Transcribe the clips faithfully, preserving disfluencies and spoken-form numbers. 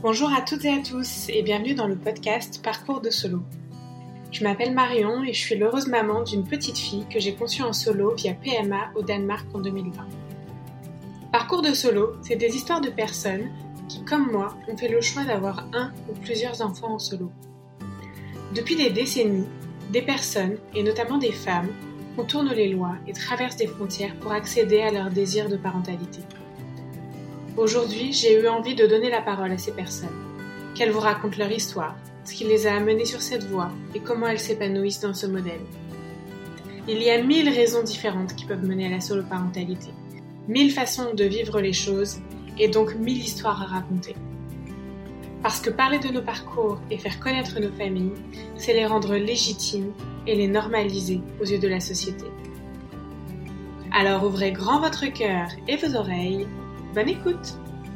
Bonjour à toutes et à tous et bienvenue dans le podcast Parcours de solo. Je m'appelle Marion et je suis l'heureuse maman d'une petite fille que j'ai conçue en solo via P M A au Danemark en deux mille vingt. Parcours de solo, c'est des histoires de personnes qui, comme moi, ont fait le choix d'avoir un ou plusieurs enfants en solo. Depuis des décennies, des personnes, et notamment des femmes, contournent les lois et traversent des frontières pour accéder à leur désir de parentalité. Aujourd'hui, j'ai eu envie de donner la parole à ces personnes, qu'elles vous racontent leur histoire, ce qui les a amenées sur cette voie et comment elles s'épanouissent dans ce modèle. Il y a mille raisons différentes qui peuvent mener à la soloparentalité, mille façons de vivre les choses et donc mille histoires à raconter. Parce que parler de nos parcours et faire connaître nos familles, c'est les rendre légitimes et les normaliser aux yeux de la société. Alors ouvrez grand votre cœur et vos oreilles. Bonne écoute!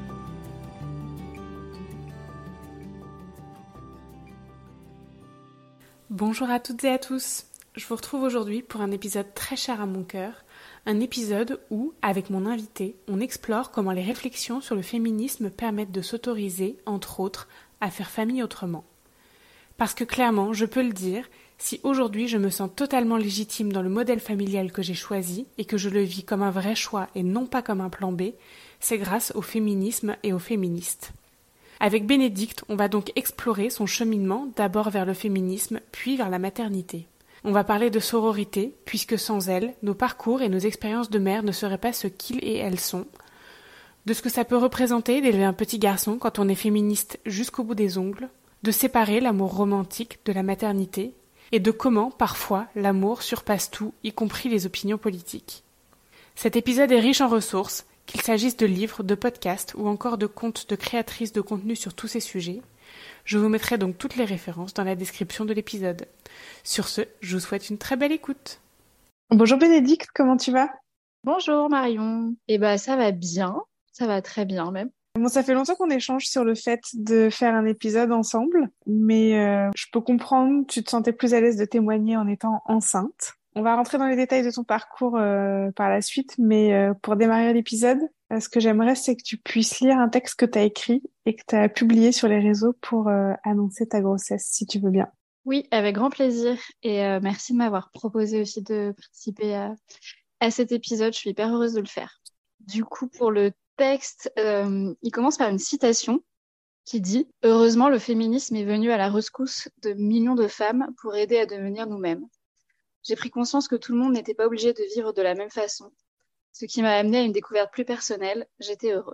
Bonjour à toutes et à tous. Je vous retrouve aujourd'hui pour un épisode très cher à mon cœur, un épisode où, avec mon invité, on explore comment les réflexions sur le féminisme permettent de s'autoriser, entre autres, à faire famille autrement. Parce que clairement, je peux le dire, si aujourd'hui je me sens totalement légitime dans le modèle familial que j'ai choisi et que je le vis comme un vrai choix et non pas comme un plan B, c'est grâce au féminisme et aux féministes. Avec Bénédicte, on va donc explorer son cheminement d'abord vers le féminisme, puis vers la maternité. On va parler de sororité, puisque sans elle, nos parcours et nos expériences de mère ne seraient pas ce qu'ils et elles sont. De ce que ça peut représenter d'élever un petit garçon quand on est féministe jusqu'au bout des ongles, de séparer l'amour romantique de la maternité, et de comment, parfois, l'amour surpasse tout, y compris les opinions politiques. Cet épisode est riche en ressources, qu'il s'agisse de livres, de podcasts ou encore de comptes de créatrices de contenu sur tous ces sujets. Je vous mettrai donc toutes les références dans la description de l'épisode. Sur ce, je vous souhaite une très belle écoute. Bonjour Bénédicte, comment tu vas? Bonjour Marion. Eh ben ça va bien, ça va très bien même. Bon, ça fait longtemps qu'on échange sur le fait de faire un épisode ensemble, mais euh, je peux comprendre, tu te sentais plus à l'aise de témoigner en étant enceinte. On va rentrer dans les détails de ton parcours euh, par la suite, mais euh, pour démarrer l'épisode, euh, ce que j'aimerais, c'est que tu puisses lire un texte que tu as écrit et que tu as publié sur les réseaux pour euh, annoncer ta grossesse, si tu veux bien. Oui, avec grand plaisir. Et euh, merci de m'avoir proposé aussi de participer à, à cet épisode. Je suis hyper heureuse de le faire. Du coup, pour le texte, euh, il commence par une citation qui dit « Heureusement, le féminisme est venu à la rescousse de millions de femmes pour aider à devenir nous-mêmes. J'ai pris conscience que tout le monde n'était pas obligé de vivre de la même façon, ce qui m'a amené à une découverte plus personnelle. J'étais heureuse. »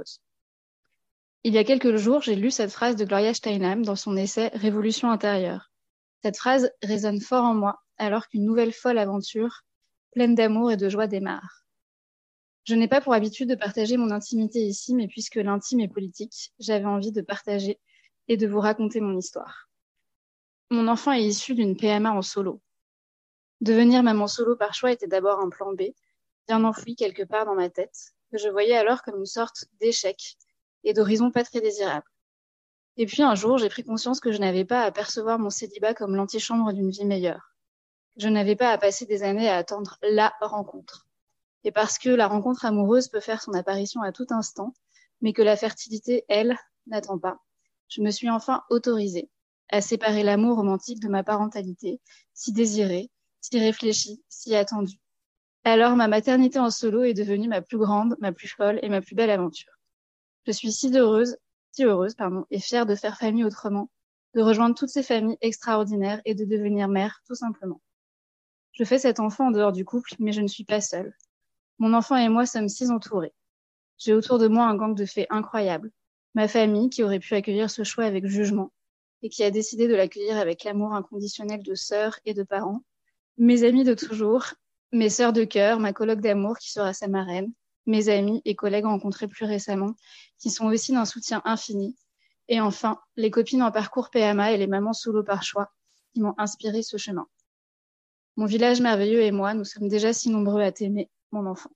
Il y a quelques jours, j'ai lu cette phrase de Gloria Steinem dans son essai « Révolution intérieure ». Cette phrase résonne fort en moi, alors qu'une nouvelle folle aventure, pleine d'amour et de joie démarre. Je n'ai pas pour habitude de partager mon intimité ici, mais puisque l'intime est politique, j'avais envie de partager et de vous raconter mon histoire. Mon enfant est issu d'une P M A en solo. Devenir maman solo par choix était d'abord un plan B, bien enfoui quelque part dans ma tête, que je voyais alors comme une sorte d'échec et d'horizon pas très désirable. Et puis un jour, j'ai pris conscience que je n'avais pas à percevoir mon célibat comme l'antichambre d'une vie meilleure. Je n'avais pas à passer des années à attendre la rencontre. Et parce que la rencontre amoureuse peut faire son apparition à tout instant, mais que la fertilité, elle, n'attend pas, je me suis enfin autorisée à séparer l'amour romantique de ma parentalité, si désirée, si réfléchie, si attendue. Alors ma maternité en solo est devenue ma plus grande, ma plus folle et ma plus belle aventure. Je suis si heureuse, si heureuse, pardon, et fière de faire famille autrement, de rejoindre toutes ces familles extraordinaires et de devenir mère, tout simplement. Je fais cet enfant en dehors du couple, mais je ne suis pas seule. Mon enfant et moi sommes si entourés. J'ai autour de moi un gang de fées incroyables. Ma famille, qui aurait pu accueillir ce choix avec jugement, et qui a décidé de l'accueillir avec l'amour inconditionnel de sœurs et de parents. Mes amis de toujours, mes sœurs de cœur, ma coloc d'amour qui sera sa marraine, mes amis et collègues rencontrés plus récemment, qui sont aussi d'un soutien infini. Et enfin, les copines en parcours P M A et les mamans solo par choix, qui m'ont inspiré ce chemin. Mon village merveilleux et moi, nous sommes déjà si nombreux à t'aimer, mon enfant.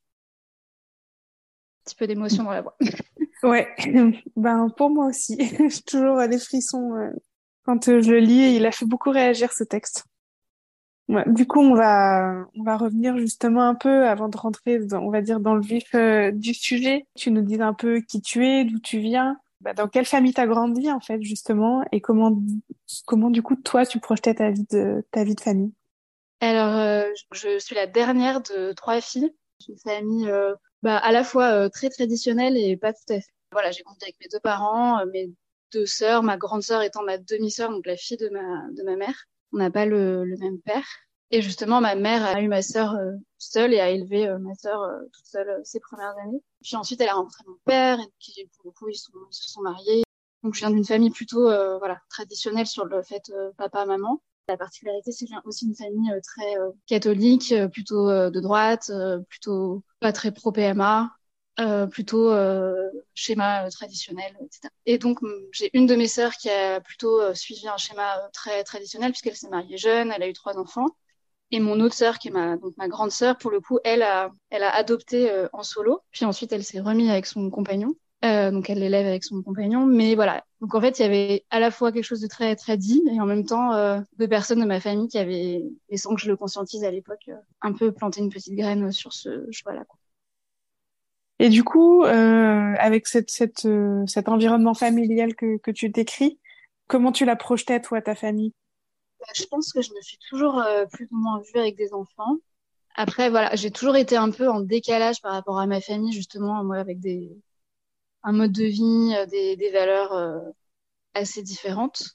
Un petit peu d'émotion dans la voix. Ouais, ben pour moi aussi. J'ai toujours des frissons euh, quand euh, je le lis et il a fait beaucoup réagir ce texte. Ouais, du coup, on va on va revenir justement un peu avant de rentrer dans, on va dire dans le vif euh, du sujet. Tu nous dis un peu qui tu es, d'où tu viens, Bah, dans quelle famille t'as grandi en fait justement et comment comment du coup toi tu projetais ta vie de ta vie de famille? Alors, euh, je suis la dernière de trois filles. J'ai une famille euh, bah, à la fois euh, très traditionnelle et pas tout à fait. Voilà, j'ai grandi avec mes deux parents, euh, mes deux sœurs, ma grande sœur étant ma demi-sœur, donc la fille de ma, de ma mère. On n'a pas le, le même père. Et justement, ma mère a eu ma sœur euh, seule et a élevé euh, ma sœur euh, toute seule euh, ses premières années. Puis ensuite, elle a rencontré mon père, et qui, pour le coup, ils, sont, ils se sont mariés. Donc, je viens d'une famille plutôt euh, voilà, traditionnelle sur le fait euh, papa-maman. La particularité, c'est que j'ai aussi une famille euh, très euh, catholique, euh, plutôt euh, de droite, euh, plutôt pas très pro-P M A, euh, plutôt euh, schéma euh, traditionnel, et cetera. Et donc, m- j'ai une de mes sœurs qui a plutôt euh, suivi un schéma euh, très traditionnel, puisqu'elle s'est mariée jeune, elle a eu trois enfants. Et mon autre sœur, qui est ma, donc ma grande sœur, pour le coup, elle a, elle a adopté euh, en solo. Puis ensuite, elle s'est remise avec son compagnon. Euh, donc, elle l'élève avec son compagnon. Mais voilà. Donc, en fait, il y avait à la fois quelque chose de très, très dit et en même temps, euh, deux personnes de ma famille qui avaient, et sans que je le conscientise à l'époque, euh, un peu planté une petite graine sur ce choix-là, quoi. Et du coup, euh, avec cette, cette, euh, cet environnement familial que, que tu décris, comment tu l'as projeté, toi, ta famille? Bah, je pense que je me suis toujours euh, plus ou moins vue avec des enfants. Après, voilà, j'ai toujours été un peu en décalage par rapport à ma famille, justement, moi, avec des, un mode de vie, euh, des, des valeurs euh, assez différentes.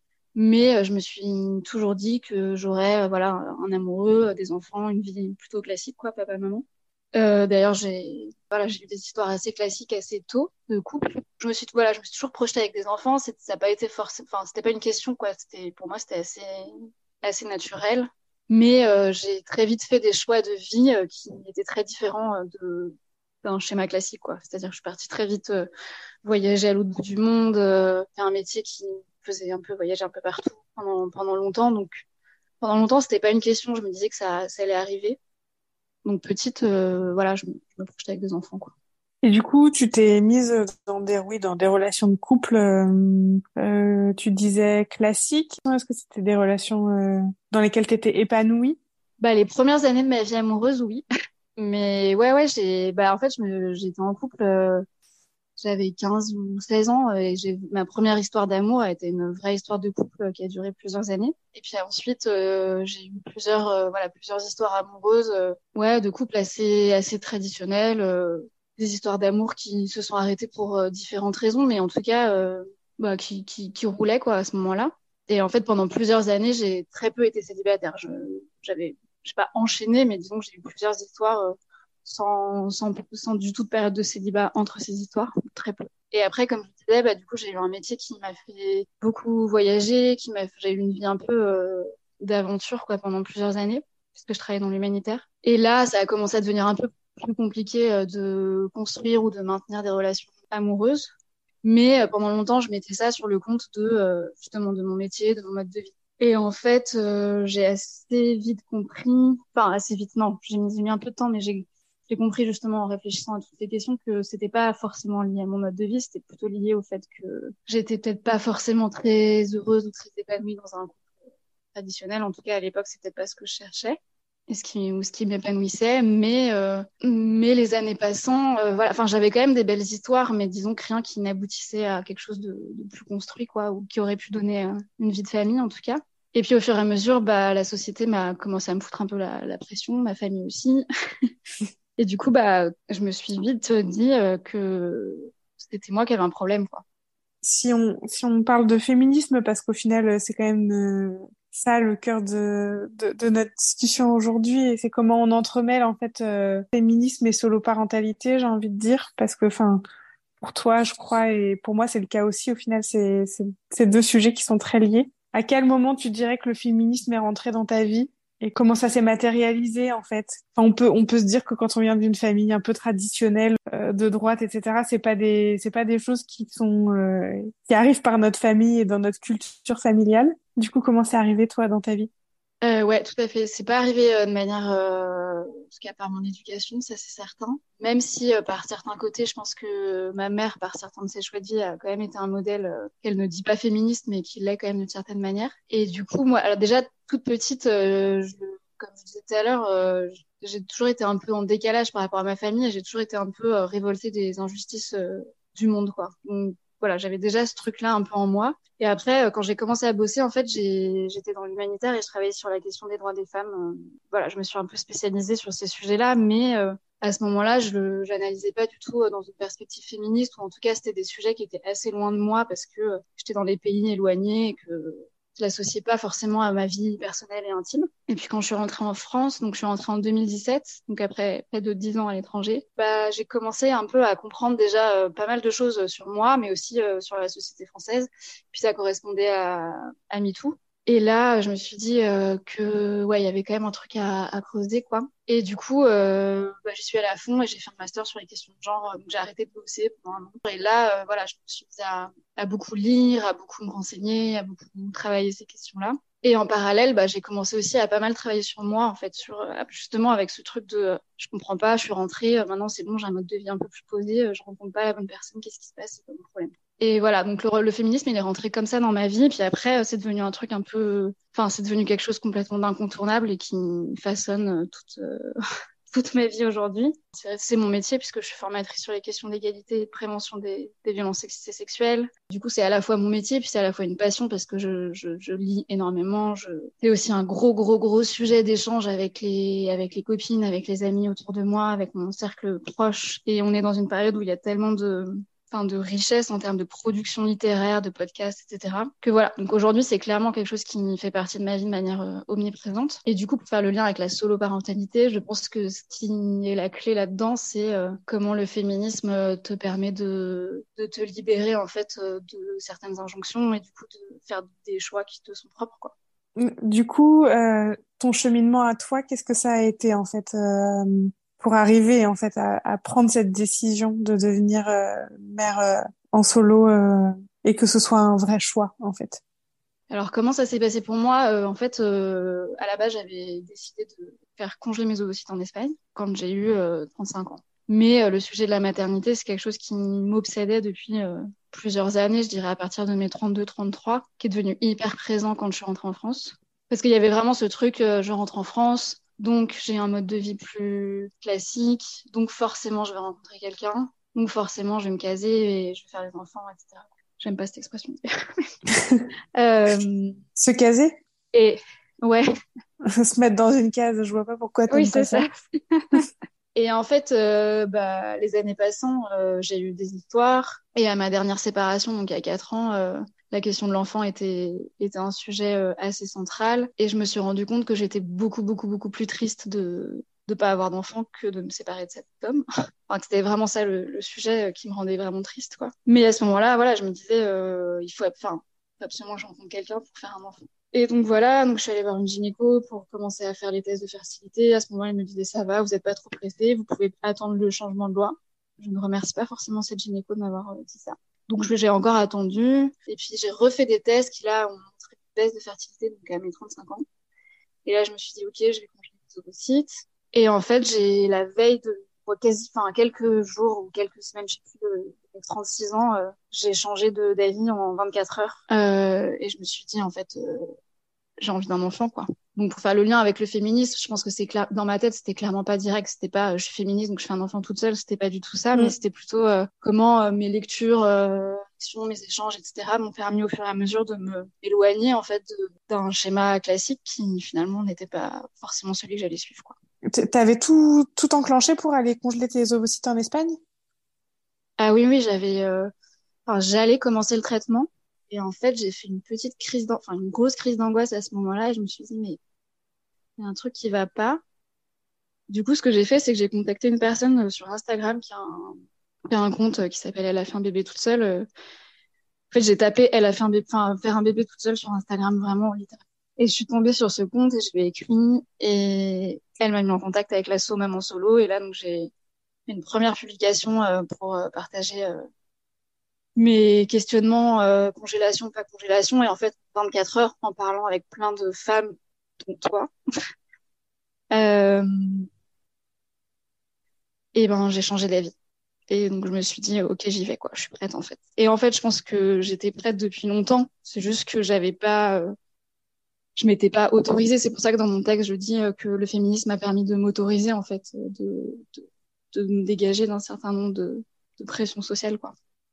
Mais euh, je me suis toujours dit que j'aurais euh, voilà un amoureux, euh, des enfants, une vie plutôt classique quoi, papa maman. Euh, d'ailleurs j'ai voilà j'ai eu des histoires assez classiques assez tôt de couple. Je me suis voilà je me suis toujours projetée avec des enfants. C'est, ça n'a pas été forcément, enfin c'était pas une question quoi. C'était pour moi c'était assez assez naturel. Mais euh, j'ai très vite fait des choix de vie euh, qui étaient très différents euh, de d'un schéma classique quoi. C'est-à-dire que je suis partie très vite euh, voyager à l'autre bout du monde, euh, faire un métier qui me faisait un peu voyager un peu partout pendant, pendant longtemps. Donc, pendant longtemps, c'était pas une question. Je me disais que ça, ça allait arriver. Donc, petite, euh, voilà, je, me- je me projetais avec des enfants, quoi. Et du coup, tu t'es mise dans des, oui, dans des relations de couple, euh, euh, tu disais classiques. Est-ce que c'était des relations, euh, dans lesquelles tu étais épanouie? Bah, les premières années de ma vie amoureuse, oui. Mais ouais, ouais, j'ai, bah, en fait, je me, j'étais en couple, euh, j'avais quinze ou seize ans euh, et j'ai, ma première histoire d'amour a été une vraie histoire de couple euh, qui a duré plusieurs années. Et puis ensuite, euh, j'ai eu plusieurs, euh, voilà, plusieurs histoires amoureuses, euh, ouais, de couples assez, assez traditionnels, euh, des histoires d'amour qui se sont arrêtées pour euh, différentes raisons, mais en tout cas, euh, bah, qui, qui, qui roulaient quoi à ce moment-là. Et en fait, pendant plusieurs années, j'ai très peu été célibataire. Je, j'avais, j'ai pas enchaîné, mais disons que j'ai eu plusieurs histoires. Euh, sans, sans, sans du tout de période de célibat entre ces histoires, très peu. Et après, comme je disais, bah, du coup, j'ai eu un métier qui m'a fait beaucoup voyager, qui m'a, j'ai eu une vie un peu euh, d'aventure quoi pendant plusieurs années, puisque je travaillais dans l'humanitaire. Et là, ça a commencé à devenir un peu plus compliqué euh, de construire ou de maintenir des relations amoureuses. Mais euh, pendant longtemps, je mettais ça sur le compte de euh, justement de mon métier, de mon mode de vie. Et en fait, euh, j'ai assez vite compris, enfin assez vite, non, j'ai mis, j'ai mis un peu de temps, mais j'ai j'ai compris justement en réfléchissant à toutes ces questions que c'était pas forcément lié à mon mode de vie, c'était plutôt lié au fait que j'étais peut-être pas forcément très heureuse ou très épanouie dans un couple traditionnel. En tout cas, à l'époque, c'était peut-être pas ce que je cherchais et ce qui ou ce qui m'épanouissait. Mais euh, mais les années passant, euh, voilà, enfin j'avais quand même des belles histoires, mais disons que rien qui n'aboutissait à quelque chose de, de plus construit, quoi, ou qui aurait pu donner euh, une vie de famille en tout cas. Et puis au fur et à mesure, bah la société m'a commencé à me foutre un peu la, la pression, ma famille aussi. Et du coup, bah, je me suis vite dit euh, que c'était moi qui avais un problème, quoi. Si on, si on parle de féminisme, parce qu'au final, euh, c'est quand même euh, ça le cœur de, de, de notre discussion aujourd'hui, et c'est comment on entremêle en fait euh, féminisme et solo-parentalité, j'ai envie de dire, parce que, enfin, pour toi, je crois, et pour moi, c'est le cas aussi. Au final, c'est c'est c'est deux sujets qui sont très liés. À quel moment tu dirais que le féminisme est rentré dans ta vie et comment ça s'est matérialisé en fait? Enfin, on peut on peut se dire que quand on vient d'une famille un peu traditionnelle euh, de droite, et cetera, c'est pas des c'est pas des choses qui sont euh, qui arrivent par notre famille et dans notre culture familiale. Du coup, comment c'est arrivé toi dans ta vie? Euh, ouais, tout à fait. C'est pas arrivé euh, de manière, euh, en tout cas par mon éducation, ça c'est certain. Même si euh, par certains côtés, je pense que ma mère, par certains de ses choix de vie, a quand même été un modèle euh, qu'elle ne dit pas féministe, mais qui l'est quand même d'une certaine manière. Et du coup, moi, alors déjà toute petite, euh, je, comme je disais tout à l'heure, euh, j'ai toujours été un peu en décalage par rapport à ma famille et j'ai toujours été un peu euh, révoltée des injustices euh, du monde, quoi. Donc, voilà, j'avais déjà ce truc-là un peu en moi. Et après, euh, quand j'ai commencé à bosser, en fait, j'ai, j'étais dans l'humanitaire et je travaillais sur la question des droits des femmes. Euh, voilà, je me suis un peu spécialisée sur ces sujets-là, mais euh, à ce moment-là, je le, j'analysais pas du tout euh, dans une perspective féministe, ou en tout cas, c'était des sujets qui étaient assez loin de moi parce que euh, j'étais dans des pays éloignés et que je l'associais pas forcément à ma vie personnelle et intime. Et puis quand je suis rentrée en France, donc je suis rentrée en deux mille dix-sept, donc après près de dix ans à l'étranger, bah j'ai commencé un peu à comprendre déjà euh, pas mal de choses sur moi, mais aussi euh, sur la société française. Puis ça correspondait à, à MeToo. Et là, je me suis dit euh, que ouais, il y avait quand même un truc à, à creuser, quoi. Et du coup, euh, bah, j'y suis allée à fond et j'ai fait un master sur les questions de genre. Donc j'ai arrêté de bosser pendant un an. Et là, euh, voilà, je me suis mise à, à beaucoup lire, à beaucoup me renseigner, à beaucoup travailler ces questions-là. Et en parallèle, bah, j'ai commencé aussi à pas mal travailler sur moi, en fait, sur justement avec ce truc de euh, je comprends pas, je suis rentrée, euh, maintenant c'est bon, j'ai un mode de vie un peu plus posé, euh, je rencontre pas la bonne personne, qu'est-ce qui se passe, c'est pas mon problème. Et voilà, donc le, le féminisme, il est rentré comme ça dans ma vie. Puis après, euh, c'est devenu un truc un peu, enfin, c'est devenu quelque chose complètement d'incontournable et qui façonne euh, toute euh, toute ma vie aujourd'hui. C'est, c'est mon métier puisque je suis formatrice sur les questions d'égalité et de prévention des, des violences sexistes et sexuelles. Du coup, c'est à la fois mon métier puis c'est à la fois une passion parce que je, je, je lis énormément. Je... C'est aussi un gros, gros, gros sujet d'échange avec les, avec les copines, avec les amis autour de moi, avec mon cercle proche. Et on est dans une période où il y a tellement de enfin de richesse en termes de production littéraire, de podcasts, et cetera. Que voilà. Donc aujourd'hui, c'est clairement quelque chose qui fait partie de ma vie de manière euh, omniprésente. Et du coup, pour faire le lien avec la solo-parentalité, je pense que ce qui est la clé là-dedans, c'est euh, comment le féminisme te permet de, de te libérer en fait euh, de certaines injonctions et du coup de faire des choix qui te sont propres, quoi. Du coup, euh, ton cheminement à toi, qu'est-ce que ça a été en fait euh, pour arriver en fait à, à prendre cette décision de devenir euh, mère euh, en solo euh, et que ce soit un vrai choix en fait? Alors, comment ça s'est passé pour moi? Euh, En fait, euh, à la base, j'avais décidé de faire congeler mes ovocytes en Espagne quand j'ai eu euh, trente-cinq ans. Mais euh, le sujet de la maternité, c'est quelque chose qui m'obsédait depuis euh, plusieurs années, je dirais à partir de mes trente-deux trente-trois, qui est devenu hyper présent quand je suis rentrée en France. Parce qu'il y avait vraiment ce truc, euh, je rentre en France, donc j'ai un mode de vie plus classique, donc forcément je vais rencontrer quelqu'un, donc forcément je vais me caser et je vais faire des enfants, et cetera. J'aime pas cette expression. euh, Se caser? et ouais, Se mettre dans une case, je vois pas pourquoi oui, t'aimes pas c'est ça. ça. Et en fait, euh, bah, les années passant, euh, j'ai eu des histoires. Et à ma dernière séparation, donc il y a quatre ans, euh, la question de l'enfant était, était un sujet euh, assez central. Et je me suis rendu compte que j'étais beaucoup, beaucoup, beaucoup plus triste de de pas avoir d'enfant que de me séparer de cet homme. Enfin, que c'était vraiment ça le, le sujet euh, qui me rendait vraiment triste, quoi. Mais à ce moment-là, voilà, je me disais, euh, il faut, enfin, faut absolument que je rencontre quelqu'un pour faire un enfant. Et donc voilà, donc je suis allée voir une gynéco pour commencer à faire les tests de fertilité. À ce moment-là, elle me disait ça va, vous n'êtes pas trop pressé, vous pouvez attendre le changement de loi. Je ne remercie pas forcément cette gynéco de m'avoir euh, dit ça. Donc j'ai encore attendu, et puis j'ai refait des tests qui là ont montré des tests de fertilité donc à mes trente-cinq ans. Et là je me suis dit ok, je vais congeler mes ovocytes. Et en fait j'ai la veille de quasi, enfin quelques jours ou quelques semaines, je sais plus, de, de trente-six ans, euh, j'ai changé de d'avis en vingt-quatre heures. Euh, et je me suis dit en fait euh, j'ai envie d'un enfant, quoi. Donc pour faire le lien avec le féminisme, je pense que c'est clair dans ma tête, c'était clairement pas direct, c'était pas euh, je suis féministe donc je fais un enfant toute seule, c'était pas du tout ça, Mm. mais c'était plutôt euh, comment euh, mes lectures, euh, mes échanges, et cetera m'ont permis au fur et à mesure de me éloigner en fait de, d'un schéma classique qui finalement n'était pas forcément celui que j'allais suivre, quoi. T- T'avais tout tout enclenché pour aller congeler tes ovocytes en Espagne? Ah oui oui, j'avais euh, enfin j'allais commencer le traitement et en fait, j'ai fait une petite crise d'an- enfin une grosse crise d'angoisse à ce moment-là et je me suis dit mais il y a un truc qui va pas. Du coup, ce que j'ai fait, c'est que j'ai contacté une personne euh, sur Instagram qui a un, qui a un compte euh, qui s'appelle Elle a fait un bébé toute seule. euh. En fait, j'ai tapé Elle a fait un bébé, enfin, faire un bébé toute seule sur Instagram, vraiment, littéralement. Et je suis tombée sur ce compte et je lui ai écrit et elle m'a mis en contact avec l'asso Maman Solo. Et là, donc, j'ai fait une première publication euh, pour euh, partager euh, mes questionnements, euh, congélation, pas congélation. Et en fait, vingt-quatre heures en parlant avec plein de femmes, dont toi. Euh, et ben, j'ai changé d'avis. Et donc, je me suis dit, ok, j'y vais, quoi. Je suis prête, en fait. Et en fait, je pense que j'étais prête depuis longtemps. C'est juste que j'avais pas, euh, je m'étais pas autorisée. C'est pour ça que dans mon texte, je dis euh, que le féminisme a permis de m'autoriser, en fait, euh, de, de, de me dégager d'un certain nombre de, de pressions sociales, quoi.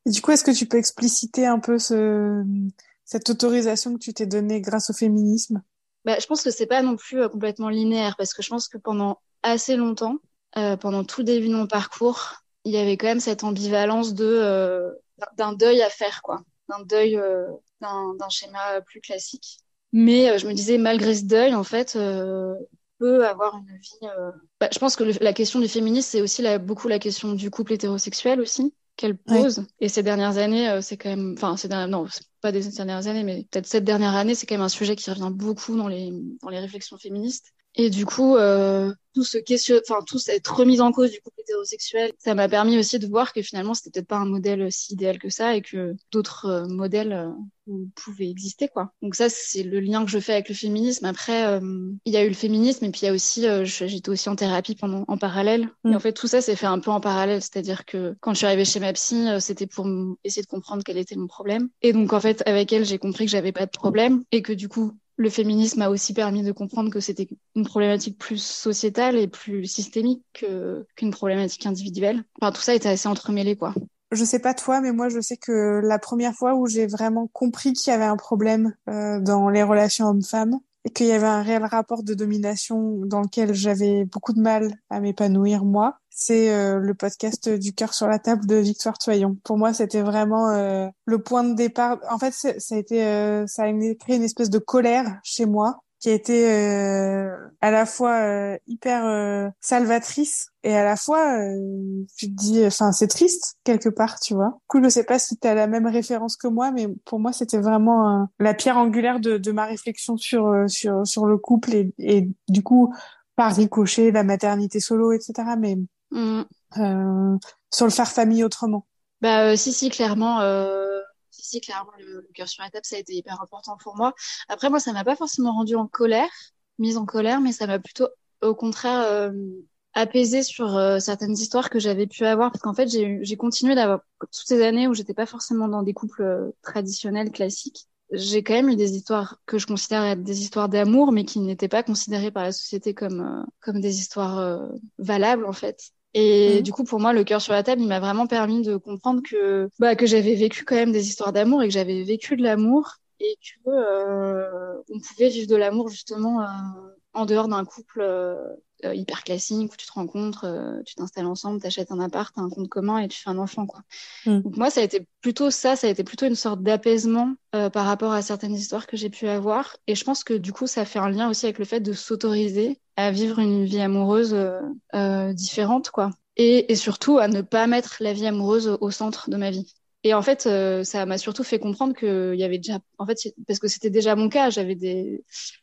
Et du coup, est-ce que tu peux expliciter un peu ce, cette autorisation que tu t'es donnée grâce au féminisme? Bah, je pense que c'est pas non plus euh, complètement linéaire parce que je pense que pendant assez longtemps, euh, pendant tout le début de mon parcours, il y avait quand même cette ambivalence de euh, d'un deuil à faire, quoi, d'un deuil euh, d'un d'un schéma plus classique. Mais euh, je me disais, malgré ce deuil, en fait, euh, on peut avoir une vie. euh, Bah, je pense que le- la question du féminisme, c'est aussi la, beaucoup la question du couple hétérosexuel aussi qu'elle Ouais. pose. Et ces dernières années, euh, c'est quand même, enfin, ces dernières, non, c'est pas des dernières années, mais peut-être cette dernière année, c'est quand même un sujet qui revient beaucoup dans les dans les réflexions féministes. Et du coup, euh, tout ce question, enfin, tout cette remise en cause du couple hétérosexuel, ça m'a permis aussi de voir que finalement, c'était peut-être pas un modèle si idéal que ça et que d'autres euh, modèles euh, pouvaient exister, quoi. Donc ça, c'est le lien que je fais avec le féminisme. Après, euh, il y a eu le féminisme et puis il y a aussi, euh, je- j'étais aussi en thérapie pendant, en parallèle. Et en Mm. fait, tout ça s'est fait un peu en parallèle. C'est-à-dire que quand je suis arrivée chez ma psy, euh, c'était pour m- essayer de comprendre quel était mon problème. Et donc, en fait, avec elle, j'ai compris que j'avais pas de problème et que du coup, le féminisme a aussi permis de comprendre que c'était une problématique plus sociétale et plus systémique que, qu'une problématique individuelle. Enfin, tout ça était assez entremêlé, quoi. Je sais pas toi, mais moi je sais que la première fois où j'ai vraiment compris qu'il y avait un problème euh, dans les relations hommes-femmes et qu'il y avait un réel rapport de domination dans lequel j'avais beaucoup de mal à m'épanouir moi, c'est euh, le podcast du cœur sur la table de Victoire Toyon. Pour moi, c'était vraiment euh, le point de départ. En fait, c'est- ça a été, euh, ça a créé une espèce de colère chez moi qui a été euh, à la fois euh, hyper euh, salvatrice et à la fois euh, tu te dis enfin c'est triste quelque part, tu vois. Du coup, je sais pas si tu as la même référence que moi, mais pour moi c'était vraiment euh, la pierre angulaire de, de ma réflexion sur euh, sur sur le couple et, et du coup par ricochet la maternité solo, etc., mais Mm. euh, sur le faire famille autrement. Bah, euh, si, si, clairement, euh, si, si, clairement, le, le cœur sur la table, ça a été hyper important pour moi. Après, moi, ça m'a pas forcément rendue en colère, mise en colère, mais ça m'a plutôt, au contraire, euh, apaisée sur euh, certaines histoires que j'avais pu avoir, parce qu'en fait, j'ai eu- j'ai continué d'avoir toutes ces années où j'étais pas forcément dans des couples euh, traditionnels, classiques. J'ai quand même eu des histoires que je considère être des histoires d'amour, mais qui n'étaient pas considérées par la société comme euh, comme des histoires euh, valables, en fait. Et Mhm. du coup, pour moi, le cœur sur la table, il m'a vraiment permis de comprendre que, bah, que j'avais vécu quand même des histoires d'amour et que j'avais vécu de l'amour et que euh, on pouvait vivre de l'amour justement euh, en dehors d'un couple euh, euh, hyper classique où tu te rencontres, euh, tu t'installes ensemble, t'achètes un appart, t'as un compte commun et tu fais un enfant, quoi. Mhm. Donc moi, ça a été plutôt ça, ça a été plutôt une sorte d'apaisement euh, par rapport à certaines histoires que j'ai pu avoir. Et je pense que du coup, ça fait un lien aussi avec le fait de s'autoriser à vivre une vie amoureuse euh, euh, différente, quoi. Et, et surtout à ne pas mettre la vie amoureuse au, au centre de ma vie. Et en fait, euh, ça m'a surtout fait comprendre qu'il y avait déjà, en fait, c'est- parce que c'était déjà mon cas, j'avais des,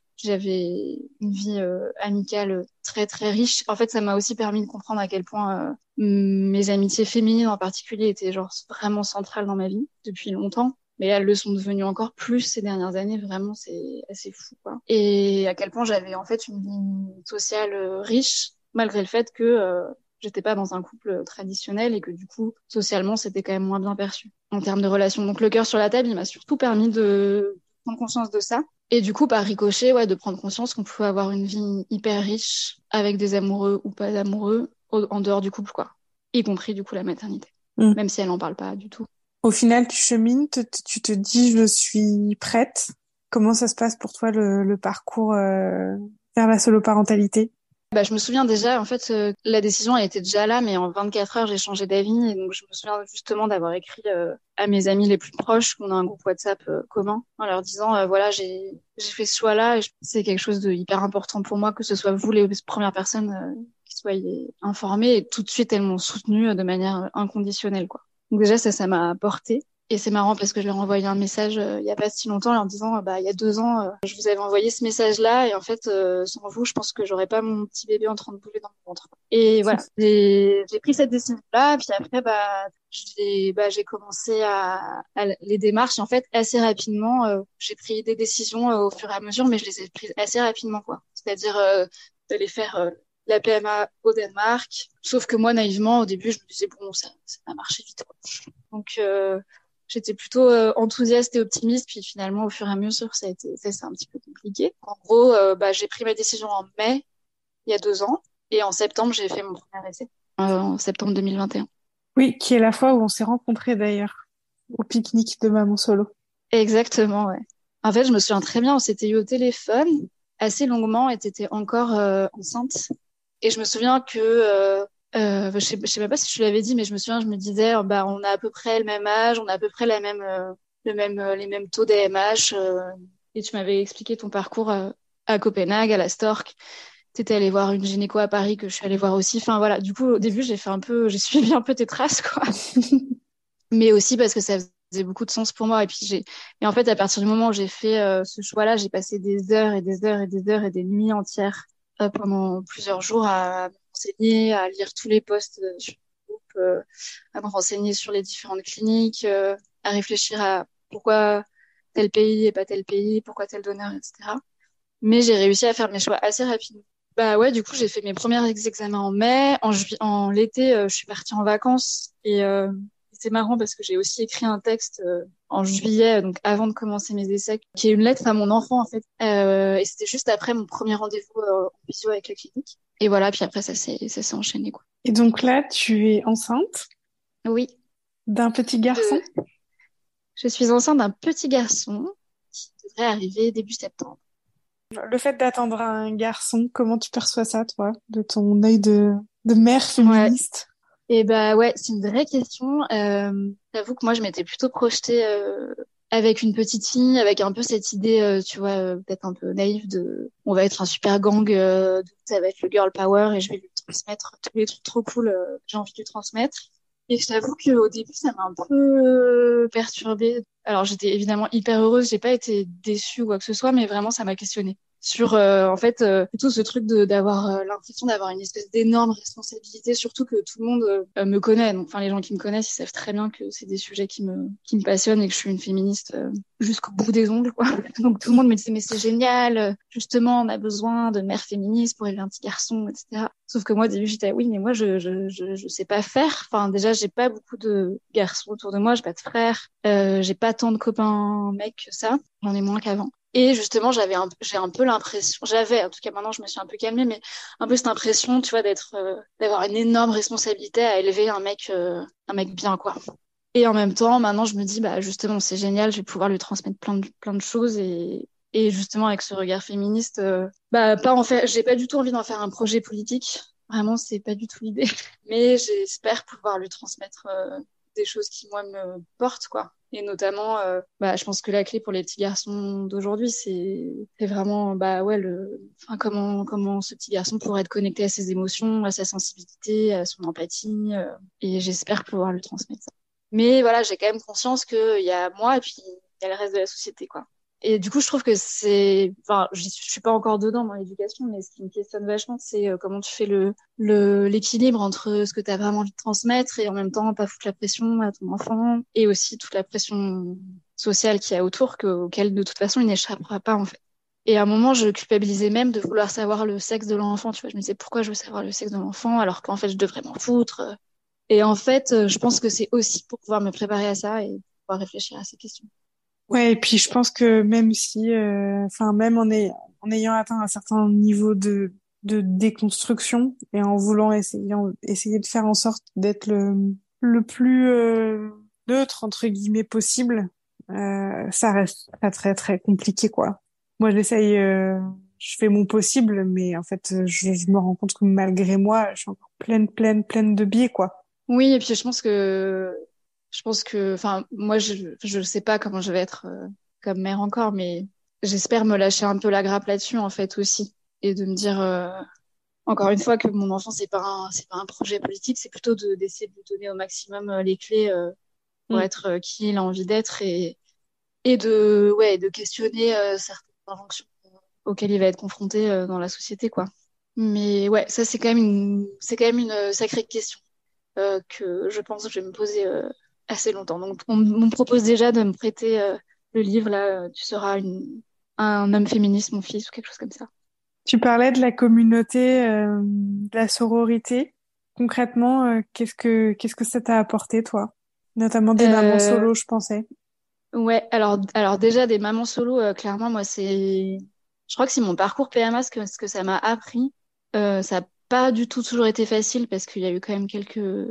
j'avais une vie euh, amicale très très riche. En fait, ça m'a aussi permis de comprendre à quel point euh, mes amitiés féminines en particulier étaient genre vraiment centrales dans ma vie depuis longtemps. Mais elles le sont devenues encore plus ces dernières années. Vraiment, c'est assez fou, quoi. Et à quel point j'avais en fait une vie sociale euh, riche, malgré le fait que euh, j'étais pas dans un couple traditionnel et que du coup, socialement, c'était quand même moins bien perçu en termes de relations. Donc le cœur sur la table, il m'a surtout permis de prendre conscience de ça. Et du coup, par ricochet, ouais, de prendre conscience qu'on pouvait avoir une vie hyper riche avec des amoureux ou pas d'amoureux au- en dehors du couple, quoi. Y compris, du coup, la maternité. Mhm. Même si elle n'en parle pas du tout. Au final, tu chemines, te- te- tu te dis je suis prête. Comment ça se passe pour toi le, le parcours euh, vers la soloparentalité? Bah, je me souviens déjà, en fait, euh, la décision, elle était déjà là, mais en vingt-quatre heures, j'ai changé d'avis. Et donc, je me souviens justement d'avoir écrit euh, à mes amis les plus proches, qu'on a un groupe WhatsApp euh, commun, en leur disant, euh, voilà, j'ai j'ai fait ce choix-là et je- c'est quelque chose de hyper important pour moi, que ce soit vous les premières personnes euh, qui soyez informées. Et tout de suite, elles m'ont soutenue euh, de manière euh, inconditionnelle, quoi. Donc déjà, ça, ça m'a apporté. Et c'est marrant parce que je leur ai envoyé un message euh, il y a pas si longtemps en leur disant, euh, bah, il y a deux ans, euh, je vous avais envoyé ce message-là et en fait, euh, sans vous, je pense que j'aurais pas mon petit bébé en train de bouger dans mon ventre. Et voilà, j'ai j'ai pris cette décision-là. Puis après, bah, j'ai bah, j'ai commencé à, à les démarches. Et en fait, assez rapidement, euh, j'ai pris des décisions euh, au fur et à mesure, mais je les ai prises assez rapidement, quoi. C'est-à-dire euh, d'aller faire euh, la P M A au Danemark. Sauf que moi, naïvement, au début, je me disais bon, ça, ça va marcher vite, quoi. Donc euh, j'étais plutôt euh, enthousiaste et optimiste, puis finalement, au fur et à mesure, ça a été, ça, c'est un petit peu compliqué. En gros, euh, bah, j'ai pris ma décision en mai, il y a deux ans, et en septembre, j'ai fait mon premier essai, euh, en septembre deux mille vingt et un. Oui, qui est la fois où on s'est rencontrés d'ailleurs. au pique-nique de maman solo. Exactement, ouais. En fait, je me souviens très bien, on s'était eu au téléphone assez longuement et t'étais encore euh, enceinte. Et je me souviens que, euh, euh, je sais, je sais même pas si tu l'avais dit, mais je me souviens, je me disais, euh, bah, on a à peu près le même âge, on a à peu près la même, euh, le même, euh, les mêmes taux d'A M H. Euh, et tu m'avais expliqué ton parcours euh, à Copenhague, à la Stork. T'étais allée voir une gynéco à Paris que je suis allée voir aussi. Enfin voilà, du coup, au début, j'ai fait un peu, j'ai suivi un peu tes traces, quoi. Mais aussi parce que ça faisait beaucoup de sens pour moi. Et puis j'ai, et en fait, à partir du moment où j'ai fait euh, ce choix-là, j'ai passé des heures et des heures et des heures et des nuits entières euh, pendant plusieurs jours à me renseigner, à lire tous les posts euh, sur le groupe, euh, à me renseigner sur les différentes cliniques, euh, à réfléchir à pourquoi tel pays et pas tel pays, pourquoi tel donneur, et cetera. Mais j'ai réussi à faire mes choix assez rapidement. Bah ouais, du coup, j'ai fait mes premiers ex- examens en mai. En juillet, en l'été, euh, je suis partie en vacances et euh, c'est marrant parce que j'ai aussi écrit un texte euh, en juillet, donc avant de commencer mes essais, qui est une lettre à mon enfant en fait. Euh, et c'était juste après mon premier rendez-vous euh, en visio avec la clinique. Et voilà, puis après ça s'est ça s'est enchaîné quoi. Et donc là, tu es enceinte Oui, d'un petit garçon. de... je suis enceinte d'un petit garçon qui devrait arriver début septembre. Le fait d'attendre un garçon, comment tu perçois ça, toi, de ton œil de, de mère Ouais. féministe? Et bah ouais, c'est une vraie question. Euh, j'avoue que moi, je m'étais plutôt projetée euh, avec une petite fille, avec un peu cette idée, euh, tu vois, euh, peut-être un peu naïve de, on va être un super gang, euh, de- ça va être le girl power et je vais lui transmettre tous les trucs trop cool euh, que j'ai envie de lui transmettre. Et je t'avoue qu'au début, ça m'a un peu perturbée. Alors, j'étais évidemment hyper heureuse, j'ai pas été déçue ou quoi que ce soit, mais vraiment, ça m'a questionnée sur euh, en fait euh, plutôt ce truc de d'avoir euh, l'impression d'avoir une espèce d'énorme responsabilité, surtout que tout le monde euh, me connaît. Donc, enfin, les gens qui me connaissent, ils savent très bien que c'est des sujets qui me qui me passionnent et que je suis une féministe euh, jusqu'au bout des ongles, quoi. Donc tout le monde me disait mais c'est génial, euh, justement, on a besoin de mères féministes pour élever un petit garçon, et cetera. Sauf que moi, au début, j'étais oui, mais moi, je je je, je sais pas faire. Enfin, déjà, j'ai pas beaucoup de garçons autour de moi, j'ai pas de frères, euh, j'ai pas tant de copains mecs que ça. J'en ai moins qu'avant. Et justement, j'avais un, j'ai un peu l'impression, j'avais, en tout cas maintenant je me suis un peu calmée, mais un peu cette impression, tu vois, d'être, euh, d'avoir une énorme responsabilité à élever un mec, euh, un mec bien, quoi. Et en même temps, maintenant je me dis, bah justement, c'est génial, je vais pouvoir lui transmettre plein de, plein de choses et, et justement avec ce regard féministe, euh, bah pas en faire, j'ai pas du tout envie d'en faire un projet politique. Vraiment, c'est pas du tout l'idée. Mais j'espère pouvoir lui transmettre euh, des choses qui moi me portent, quoi. Et notamment, euh, bah, je pense que la clé pour les petits garçons d'aujourd'hui, c'est, c'est vraiment, bah ouais, le, enfin, comment, comment ce petit garçon pourrait être connecté à ses émotions, à sa sensibilité, à son empathie, euh, et j'espère pouvoir lui transmettre ça. Mais voilà, j'ai quand même conscience qu'il y a moi et puis il y a le reste de la société, quoi. Et du coup, je trouve que c'est, enfin, je, je suis pas encore dedans dans l'éducation, mais ce qui me questionne vachement, c'est euh, comment tu fais le, le, l'équilibre entre ce que tu as vraiment envie de transmettre et en même temps pas foutre la pression à ton enfant et aussi toute la pression sociale qu'il y a autour, que, auquel de toute façon il n'échappera pas, en fait. Et à un moment, je culpabilisais même de vouloir savoir le sexe de l'enfant, tu vois. Je me disais pourquoi je veux savoir le sexe de l'enfant alors qu'en fait je devrais m'en foutre. Et en fait, euh, je pense que c'est aussi pour pouvoir me préparer à ça et pouvoir réfléchir à ces questions. Ouais, et puis je pense que même si, euh, enfin, même en, ay- en ayant atteint un certain niveau de, de déconstruction et en voulant essayer, essayer de faire en sorte d'être le, le plus euh, neutre, entre guillemets, possible, euh, ça reste très, très, très compliqué, quoi. Moi, j'essaye, euh, je fais mon possible, mais en fait, je, je me rends compte que malgré moi, je suis encore pleine, pleine, pleine de biais, quoi. Oui, et puis je pense que, je pense que, enfin, moi, je, je sais pas comment je vais être euh, comme mère encore, mais j'espère me lâcher un peu la grappe là-dessus, en fait, aussi. Et de me dire, euh, encore une fois, que mon enfant, c'est pas un, c'est pas un projet politique, c'est plutôt de, d'essayer de lui donner au maximum euh, les clés euh, pour Mm. être euh, qui il a envie d'être et, et de, ouais, de questionner euh, certaines injonctions auxquelles il va être confronté euh, dans la société, quoi. Mais ouais, ça, c'est quand même une, c'est quand même une euh, sacrée question euh, que je pense que je vais me poser euh, assez longtemps. Donc, on, on me propose déjà de me prêter euh, le livre, là, euh, tu seras une, un homme féministe, mon fils, ou quelque chose comme ça. Tu parlais de la communauté, euh, de la sororité. Concrètement, euh, qu'est-ce que qu'est-ce que ça t'a apporté, toi? Notamment des mamans Euh, solo, je pensais. ouais, alors, alors déjà, des mamans solo, euh, clairement, moi, c'est... Je crois que c'est mon parcours P M A, ce que, ce que ça m'a appris. Euh, ça n'a pas du tout toujours été facile parce qu'il y a eu quand même quelques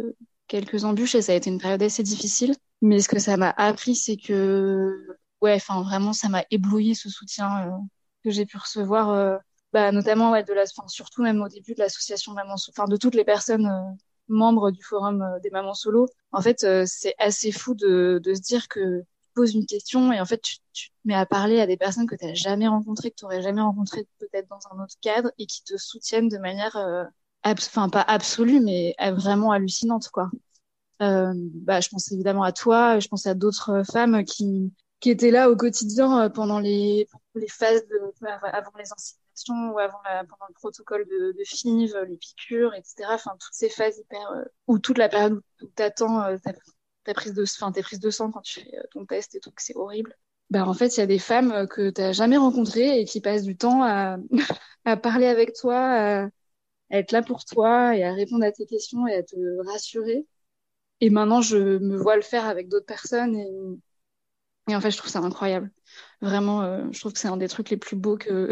quelques embûches et ça a été une période assez difficile. Mais ce que ça m'a appris, c'est que, ouais, enfin, vraiment, ça m'a ébloui ce soutien euh, que j'ai pu recevoir, euh, bah, notamment, ouais, de la, enfin, surtout même au début de l'association Maman Solo, enfin, de toutes les personnes euh, membres du forum euh, des mamans solo. En fait, euh, c'est assez fou de, de se dire que tu poses une question et en fait, tu, tu te mets à parler à des personnes que tu n'as jamais rencontrées, que tu n'aurais jamais rencontrées peut-être dans un autre cadre et qui te soutiennent de manière, euh, abs- enfin, pas absolue, mais euh, vraiment hallucinante, quoi. Euh, bah, je pense évidemment à toi, je pense à d'autres euh, femmes qui, qui étaient là au quotidien euh, pendant les, les phases de, avant les inséminations ou avant la, pendant le protocole de, de F I V, les piqûres, et cetera. Enfin, toutes ces phases hyper, euh, ou toute la période où tu attends euh, ta, ta prise de, enfin, tes prises de sang quand tu fais euh, ton test et tout, que c'est horrible. Bah, en fait, il y a des femmes euh, que tu n'as jamais rencontrées et qui passent du temps à, à parler avec toi, à, à être là pour toi et à répondre à tes questions et à te rassurer. Et maintenant, je me vois le faire avec d'autres personnes. Et, et en fait, je trouve ça incroyable. Vraiment, euh, je trouve que c'est un des trucs les plus beaux que,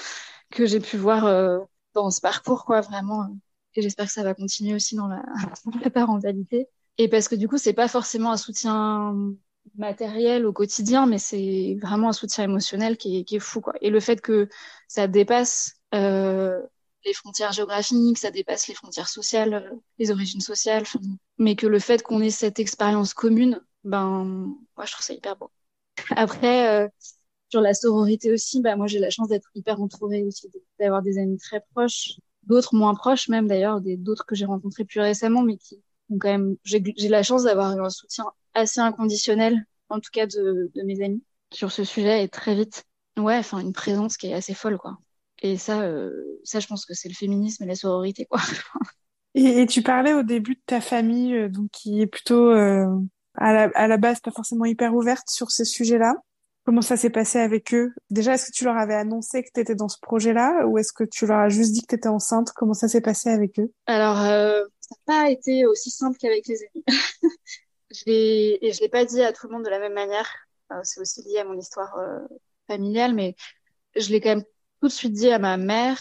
que j'ai pu voir euh, dans ce parcours, quoi, vraiment. Et j'espère que ça va continuer aussi dans la, dans la parentalité. Et parce que du coup, c'est pas forcément un soutien matériel au quotidien, mais c'est vraiment un soutien émotionnel qui est, qui est fou, quoi. Et le fait que ça dépasse euh, les frontières géographiques, ça dépasse les frontières sociales, euh, les origines sociales, enfin, mais que le fait qu'on ait cette expérience commune, ben, moi, je trouve ça hyper beau. Après, euh, sur la sororité aussi, bah, moi, j'ai la chance d'être hyper entourée aussi, d'avoir des amis très proches, d'autres moins proches même d'ailleurs, des, d'autres que j'ai rencontrés plus récemment, mais qui ont quand même, j'ai, j'ai la chance d'avoir eu un soutien assez inconditionnel, en tout cas de, de mes amis, sur ce sujet et très vite. Ouais, enfin, une présence qui est assez folle, quoi. Et ça, euh, ça, je pense que c'est le féminisme et la sororité, quoi. Et, et tu parlais au début de ta famille, euh, donc qui est plutôt euh, à la, à la base pas forcément hyper ouverte sur ces sujets-là. Comment ça s'est passé avec eux? Déjà, est-ce que tu leur avais annoncé que tu étais dans ce projet-là ou est-ce que tu leur as juste dit que tu étais enceinte? Comment ça s'est passé avec eux? Alors, euh, ça n'a pas été aussi simple qu'avec les amis. Je l'ai, et je l'ai pas dit à tout le monde de la même manière. Euh, c'est aussi lié à mon histoire euh, familiale, mais je l'ai quand même tout de suite dit à ma mère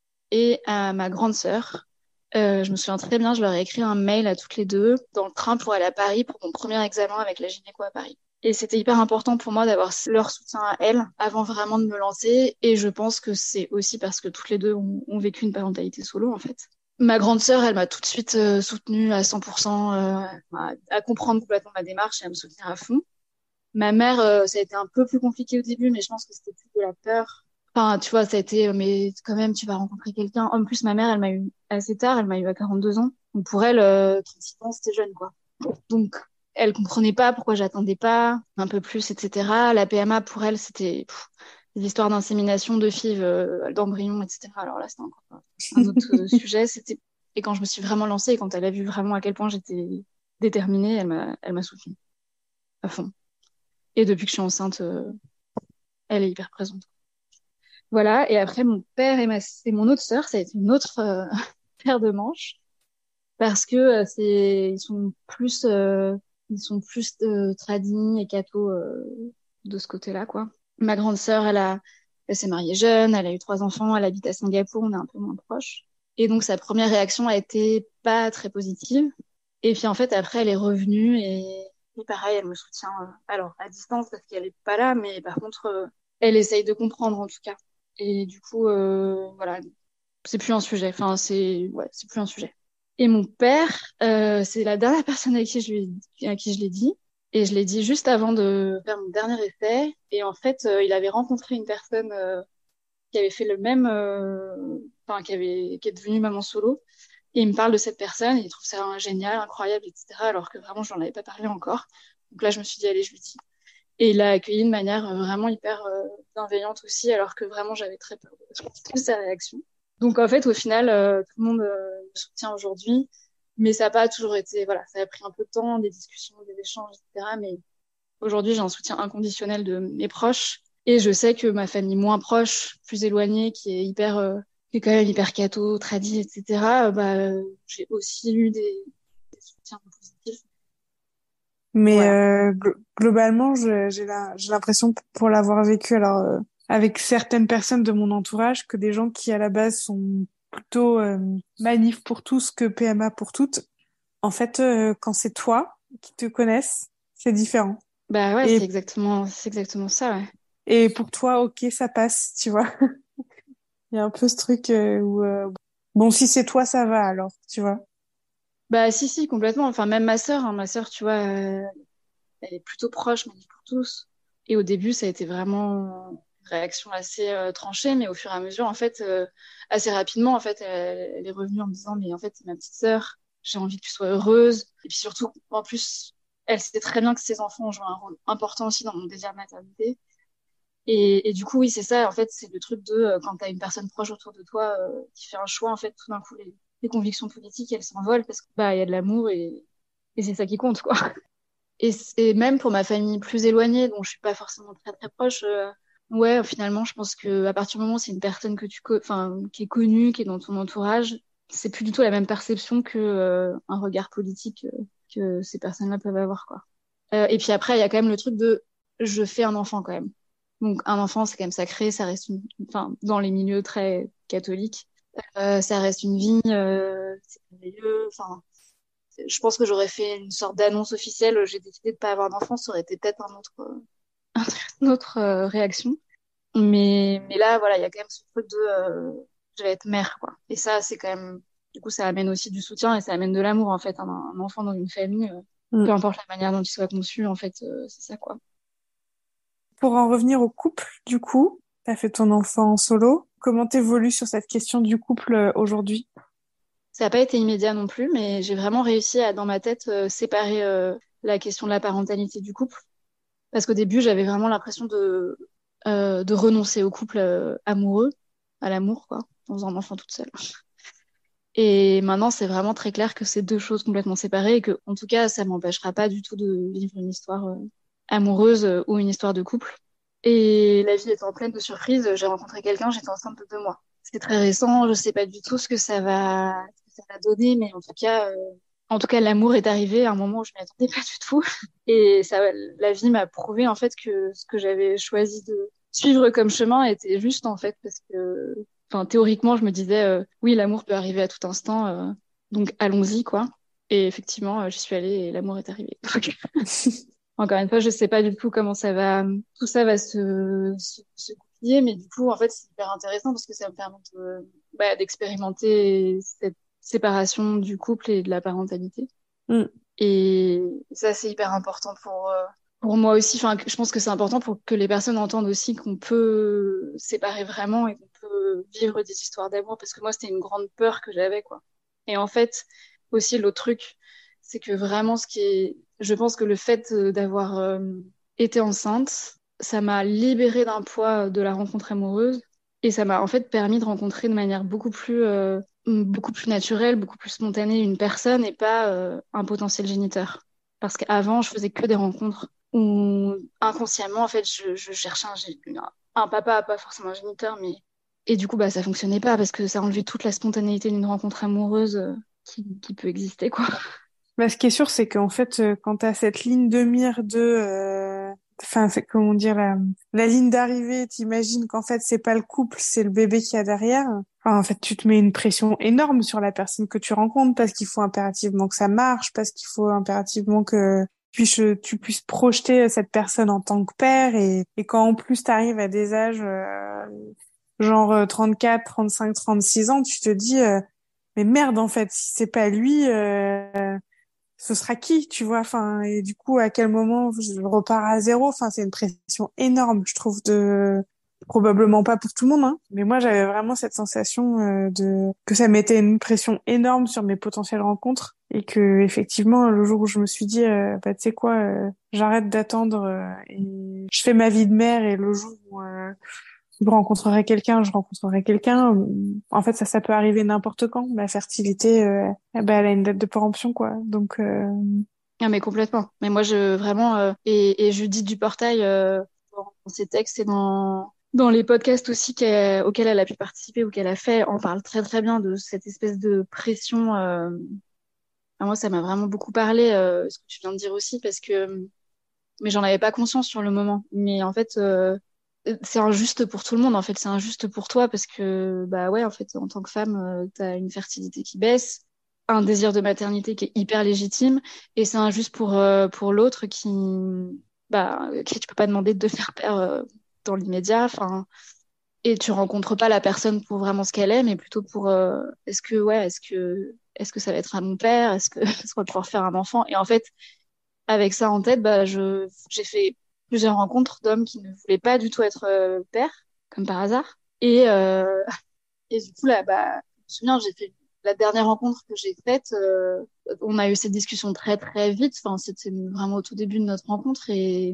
et à ma grande sœur. Euh, je me souviens très bien, je leur ai écrit un mail à toutes les deux dans le train pour aller à Paris pour mon premier examen avec la gynéco à Paris. Et c'était hyper important pour moi d'avoir leur soutien à elles avant vraiment de me lancer. Et je pense que c'est aussi parce que toutes les deux ont, ont vécu une parentalité solo, en fait. Ma grande sœur, elle m'a tout de suite euh, soutenue à cent pour cent, euh, à, à comprendre complètement ma démarche et à me soutenir à fond. Ma mère, euh, ça a été un peu plus compliqué au début, mais je pense que c'était plus de la peur. Enfin, tu vois, ça a été, euh, mais quand même, tu vas rencontrer quelqu'un. En plus, ma mère, elle m'a eu assez tard, elle m'a eu à quarante-deux ans. Donc pour elle, euh, trente-six ans, c'était jeune, quoi. Donc, elle comprenait pas pourquoi j'attendais pas un peu plus, et cetera. La P M A, pour elle, c'était pff, des histoires d'insémination de F I V, euh, d'embryons, et cetera. Alors là, c'était encore un autre euh, sujet. C'était... Et quand je me suis vraiment lancée, quand elle a vu vraiment à quel point j'étais déterminée, elle m'a, elle m'a soutenue à fond. Et depuis que je suis enceinte, euh, elle est hyper présente. Voilà. Et après, mon père et, ma... et mon autre sœur, ça a été une autre euh, paire de manches parce que euh, c'est, ils sont plus, euh, ils sont plus euh, tradis et cathos euh, de ce côté-là, quoi. Ma grande sœur, elle a, elle s'est mariée jeune, elle a eu trois enfants, elle habite à Singapour, on est un peu moins proches. Et donc, sa première réaction a été pas très positive. Et puis, en fait, après, elle est revenue et, et pareil, elle me soutient, euh, alors, à distance parce qu'elle est pas là, mais par contre, euh, elle essaye de comprendre, en tout cas. Et du coup, euh, voilà, c'est plus un sujet. Enfin, c'est, ouais, c'est plus un sujet. Et mon père, euh, c'est la dernière personne à qui je lui, à qui je l'ai dit. Et je l'ai dit juste avant de faire mon dernier essai. Et en fait, euh, il avait rencontré une personne euh, qui avait fait le même, euh, enfin, qui avait, qui est devenue maman solo. Et il me parle de cette personne et il trouve ça génial, incroyable, et cetera. Alors que vraiment, je n'en avais pas parlé encore. Donc là, je me suis dit, allez, je lui dis. Et il l'a accueilli de manière euh, vraiment hyper euh, bienveillante aussi, alors que vraiment, j'avais très peur de sa réaction. Donc en fait, au final, euh, tout le monde euh, me soutient aujourd'hui, mais ça n'a pas toujours été, voilà, ça a pris un peu de temps, des discussions, des échanges, et cetera. Mais aujourd'hui, j'ai un soutien inconditionnel de mes proches, et je sais que ma famille moins proche, plus éloignée, qui est hyper, euh, qui est quand même hyper catho, tradie, et cetera. euh, bah, euh, j'ai aussi eu des, des soutiens positifs. Mais Voilà. euh, glo- globalement, je- j'ai la- j'ai l'impression p- pour l'avoir vécu alors euh, avec certaines personnes de mon entourage que des gens qui à la base sont plutôt euh, manif pour tous que P M A pour toutes. En fait, euh, quand c'est toi qui te connaissent, c'est différent. Bah ouais, c'est Et, exactement, c'est exactement ça, ouais. et pour toi, ok, ça passe, tu vois. Il y a un peu ce truc euh, où, euh, bon, si c'est toi, ça va alors, tu vois. Bah si, si, complètement. Enfin, même ma sœur, hein, ma sœur, tu vois, euh, elle est plutôt proche, mais pour tous. Et au début, ça a été vraiment une réaction assez euh, tranchée, mais au fur et à mesure, en fait, euh, assez rapidement, en fait, elle, elle est revenue en me disant, mais en fait, c'est ma petite sœur, j'ai envie que tu sois heureuse. Et puis surtout, en plus, elle sait très bien que ses enfants ont joué un rôle important aussi dans mon désir de maternité. Et, et du coup, oui, c'est ça, en fait, c'est le truc de euh, quand t'as une personne proche autour de toi euh, qui fait un choix, en fait, tout d'un coup, les, les convictions politiques, elles s'envolent parce que bah, il y a de l'amour et, et c'est ça qui compte, quoi. Et, et même pour ma famille plus éloignée, dont je suis pas forcément très très proche, euh, ouais, finalement, je pense que à partir du moment où c'est une personne que tu, co- enfin, qui est connue, qui est dans ton entourage, c'est plus du tout la même perception que euh, un regard politique euh, que ces personnes-là peuvent avoir, quoi. Euh, et puis après, il y a quand même le truc de je fais un enfant quand même. Donc un enfant, c'est quand même sacré, ça reste une, enfin, dans les milieux très catholiques, euh, ça reste une vie, euh, c'est merveilleux. Enfin, je pense que j'aurais fait une sorte d'annonce officielle. J'ai décidé de pas avoir d'enfant, ça aurait été peut-être un autre, euh, une autre euh, réaction. Mais, mais là, voilà, il y a quand même ce truc de euh, je vais être mère, quoi. Et ça, c'est quand même, du coup, ça amène aussi du soutien et ça amène de l'amour, en fait. Un, un enfant dans une famille, euh, peu Mm. importe la manière dont il soit conçu, en fait, euh, c'est ça, quoi. Pour en revenir au couple, du coup, t'as fait ton enfant en solo. Comment t'évolues sur cette question du couple euh, aujourd'hui? Ça n'a pas été immédiat non plus, mais j'ai vraiment réussi à, dans ma tête, euh, séparer euh, la question de la parentalité du couple. Parce qu'au début, j'avais vraiment l'impression de, euh, de renoncer au couple euh, amoureux, à l'amour, quoi, en faisant un enfant toute seule. Et maintenant, c'est vraiment très clair que c'est deux choses complètement séparées et que, en tout cas, ça m'empêchera pas du tout de vivre une histoire euh, amoureuse euh, ou une histoire de couple. Et la vie étant pleine de surprises, j'ai rencontré quelqu'un, j'étais enceinte de deux mois. C'est très récent, je sais pas du tout ce que ça va, ce que ça va donner, mais en tout cas, euh, en tout cas, l'amour est arrivé à un moment où je m'y attendais pas du tout. Et ça, la vie m'a prouvé en fait que ce que j'avais choisi de suivre comme chemin était juste en fait parce que, enfin, théoriquement, je me disais, euh, oui, l'amour peut arriver à tout instant, euh, donc allons-y quoi. Et effectivement, euh, j'y suis allée et l'amour est arrivé. Encore une fois, je sais pas du tout comment ça va, tout ça va se, se, se goupiller, mais du coup, en fait, c'est hyper intéressant parce que ça me permet de, bah, d'expérimenter cette séparation du couple et de la parentalité. Mm. Et ça, c'est hyper important pour, euh, pour moi aussi. Enfin, je pense que c'est important pour que les personnes entendent aussi qu'on peut séparer vraiment et qu'on peut vivre des histoires d'amour parce que moi, c'était une grande peur que j'avais, quoi. Et en fait, aussi, l'autre truc, c'est que vraiment, ce qui est, je pense que le fait euh, d'avoir euh, été enceinte, ça m'a libérée d'un poids de la rencontre amoureuse et ça m'a en fait permis de rencontrer de manière beaucoup plus euh, beaucoup plus naturelle, beaucoup plus spontanée une personne et pas euh, un potentiel géniteur. Parce qu'avant, je faisais que des rencontres où inconsciemment, en fait, je, je cherchais un, gé- un, un papa, pas forcément un géniteur, mais et du coup, bah, ça fonctionnait pas parce que ça enlevait toute la spontanéité d'une rencontre amoureuse euh, qui, qui peut exister, quoi. Bah, ce qui est sûr, c'est qu'en fait, euh, quand t'as cette ligne de mire de, euh, enfin, c'est comment dire la, la ligne d'arrivée, t'imagines qu'en fait c'est pas le couple, c'est le bébé qu'il y a derrière. Enfin, en fait, tu te mets une pression énorme sur la personne que tu rencontres parce qu'il faut impérativement que ça marche, parce qu'il faut impérativement que tu puisses, tu puisses projeter cette personne en tant que père et, et quand en plus t'arrives à des âges euh, genre euh, trente-quatre, trente-cinq, trente-six ans, tu te dis euh, mais merde en fait, si c'est pas lui. Euh, ce sera qui, tu vois, enfin, et du coup, à quel moment je repars à zéro, enfin, c'est une pression énorme, je trouve, de, probablement pas pour tout le monde, hein, mais moi, j'avais vraiment cette sensation euh, de, que ça mettait une pression énorme sur mes potentielles rencontres, et que, effectivement, le jour où je me suis dit, euh, bah, tu sais quoi, euh, j'arrête d'attendre, euh, et je fais ma vie de mère, et le jour où, euh, je rencontrerai quelqu'un, je rencontrerai quelqu'un. En fait, ça, ça peut arriver n'importe quand. La fertilité, euh, eh ben, elle a une date de péremption, quoi. Donc, euh, Ah, mais complètement. Mais moi, je vraiment euh, et, et Judith du Portail euh, dans ses textes et dans dans les podcasts aussi qu'elle- auxquels elle a pu participer ou qu'elle a fait, on parle très très bien de cette espèce de pression. Euh... enfin, moi, ça m'a vraiment beaucoup parlé euh, ce que tu viens de dire aussi parce que mais j'en avais pas conscience sur le moment. Mais en fait, euh, c'est injuste pour tout le monde. En fait, c'est injuste pour toi parce que bah ouais, en fait, en tant que femme, euh, t'as une fertilité qui baisse. un désir de maternité qui est hyper légitime et c'est injuste pour, euh, pour l'autre qui, bah, qui tu peux pas demander de devenir père euh, dans l'immédiat. Enfin, et tu rencontres pas la personne pour vraiment ce qu'elle est, mais plutôt pour euh, est-ce que ouais, est-ce que est-ce que ça va être un bon père, est-ce que est-ce qu'on va pouvoir faire un enfant. Et en fait, avec ça en tête, bah je j'ai fait plusieurs rencontres d'hommes qui ne voulaient pas du tout être euh, pères, comme par hasard. Et euh, et du coup là, bah je me souviens, j'ai fait la dernière rencontre que j'ai faite, euh, on a eu cette discussion très très vite. Enfin, c'était vraiment au tout début de notre rencontre et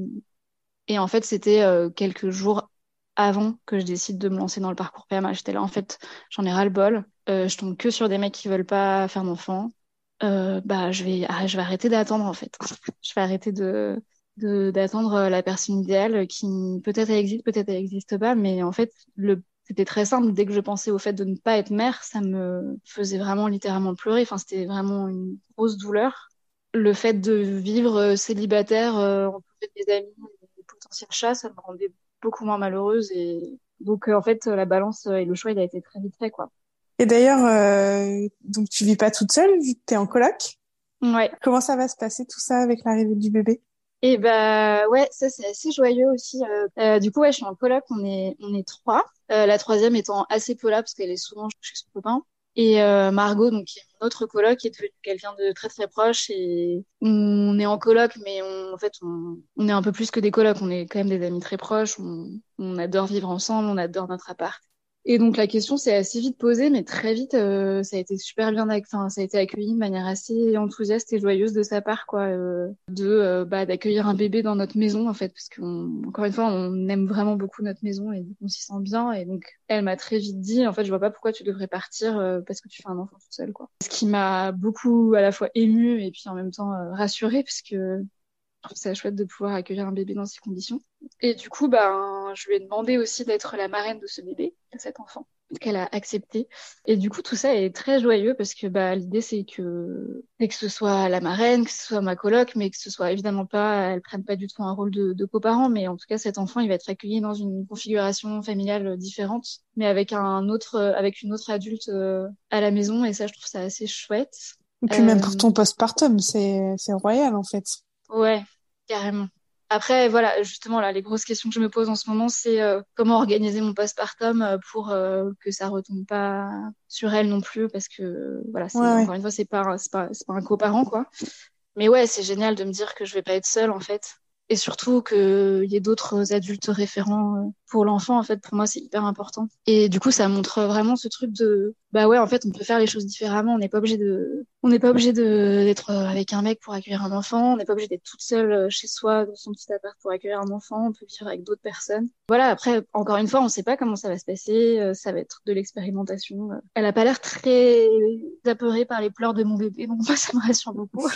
et en fait, c'était euh, quelques jours avant que je décide de me lancer dans le parcours P M A. J'étais là, en fait, j'en ai ras-le-bol. Euh, je tombe que sur des mecs qui veulent pas faire d'enfants. Euh, bah, je vais, ah, je vais arrêter d'attendre, en fait. Je vais arrêter de, de, d'attendre euh, la personne idéale qui, peut-être elle existe, peut-être elle existe pas, mais en fait, le, c'était très simple. Dès que je pensais au fait de ne pas être mère, ça me faisait vraiment littéralement pleurer. Enfin, c'était vraiment une grosse douleur. Le fait de vivre euh, célibataire, euh, entourée des amis, potentiel chat, ça me rendait beaucoup moins malheureuse et donc euh, en fait la balance euh, et le choix il a été très vite fait quoi. Et d'ailleurs, euh, donc tu vis pas toute seule, vu que t'es en coloc. Ouais. Comment ça va se passer tout ça avec l'arrivée du bébé? Et bah ouais, ça c'est assez joyeux aussi. Euh, euh, du coup ouais, je suis en coloc, on est on est trois. Euh, la troisième étant assez peu là parce qu'elle est souvent chez son copain. Et euh, Margot, donc qui est mon autre coloc, qui est devenue quelqu'un de très très proche. Et on est en coloc, mais on, en fait on, on est un peu plus que des colocs. On est quand même des amis très proches. On, on adore vivre ensemble, on adore notre appart. Et donc la question s'est assez vite posée, mais très vite euh, ça a été super bien, ac- enfin ça a été accueilli de manière assez enthousiaste et joyeuse de sa part, quoi, euh, de euh, bah d'accueillir un bébé dans notre maison en fait, parce qu'on encore une fois on aime vraiment beaucoup notre maison et on s'y sent bien. Et donc elle m'a très vite dit en fait je vois pas pourquoi tu devrais partir euh, parce que tu fais un enfant toute seule, quoi. Ce qui m'a beaucoup à la fois émue et puis en même temps euh, rassurée parce que je trouve ça chouette de pouvoir accueillir un bébé dans ces conditions. Et du coup, ben, je lui ai demandé aussi d'être la marraine de ce bébé, de cet enfant, qu'elle a accepté. Et du coup, tout ça est très joyeux parce que bah, l'idée, c'est que, c'est que ce soit la marraine, que ce soit ma coloc, mais que ce soit évidemment pas, elle prenne pas du tout un rôle de, de coparent, mais en tout cas, cet enfant, il va être accueilli dans une configuration familiale différente, mais avec un autre, avec une autre adulte euh, à la maison. Et ça, je trouve ça assez chouette. Et puis même pour Euh, ton postpartum, c'est c'est royal en fait. Ouais, carrément. Après, voilà, justement, là, les grosses questions que je me pose en ce moment, c'est euh, comment organiser mon postpartum euh, pour euh, que ça retombe pas sur elle non plus, parce que, euh, voilà, Ouais, c'est ouais. encore une fois, c'est pas, un- c'est pas, c'est pas un coparent, quoi. Mais ouais, c'est génial de me dire que je vais pas être seule, en fait. Et surtout qu'il y ait d'autres adultes référents euh, pour l'enfant, en fait, pour moi, c'est hyper important. Et du coup, ça montre vraiment ce truc de, bah ouais, en fait, on peut faire les choses différemment. On n'est pas obligé de, on n'est pas obligé de, d'être euh, avec un mec pour accueillir un enfant. On n'est pas obligé d'être toute seule euh, chez soi, dans son petit appart pour accueillir un enfant. On peut vivre avec d'autres personnes. Voilà, après, encore une fois, on sait pas comment ça va se passer. Euh, ça va être de l'expérimentation. Euh, Elle a pas l'air très apeurée par les pleurs de mon bébé, donc moi, ça me rassure beaucoup.